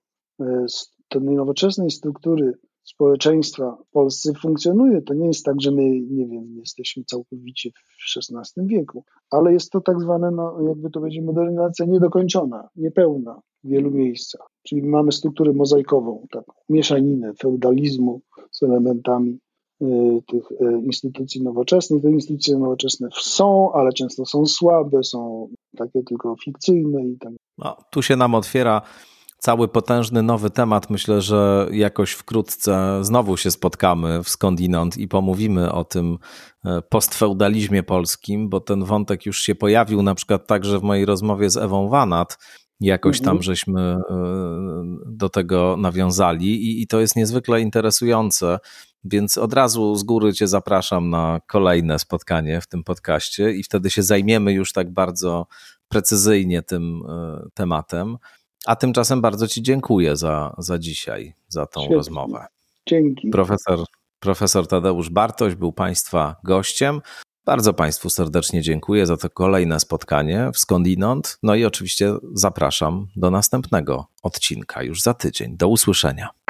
tej nowoczesnej struktury społeczeństwa w Polsce funkcjonuje. To nie jest tak, że my, nie wiem, jesteśmy całkowicie w szesnastym wieku, ale jest to tak zwane, no, jakby to będzie modernizacja niedokończona, niepełna w wielu miejscach. Czyli mamy strukturę mozaikową, tak, mieszaninę feudalizmu z elementami y, tych y, instytucji nowoczesnych. Te instytucje nowoczesne są, ale często są słabe, są takie tylko fikcyjne i tak. No, tu się nam otwiera cały potężny nowy temat. Myślę, że jakoś wkrótce znowu się spotkamy w Skądinąd i pomówimy o tym postfeudalizmie polskim, bo ten wątek już się pojawił na przykład także w mojej rozmowie z Ewą Wanat. Jakoś tam żeśmy do tego nawiązali i, i to jest niezwykle interesujące, więc od razu z góry cię zapraszam na kolejne spotkanie w tym podcaście i wtedy się zajmiemy już tak bardzo precyzyjnie tym tematem. A tymczasem bardzo ci dziękuję za, za dzisiaj, za tą Świetnie. rozmowę. Dzięki. Profesor, profesor Tadeusz Bartoś był Państwa gościem. Bardzo Państwu serdecznie dziękuję za to kolejne spotkanie w Skądinąd. No i oczywiście zapraszam do następnego odcinka już za tydzień. Do usłyszenia.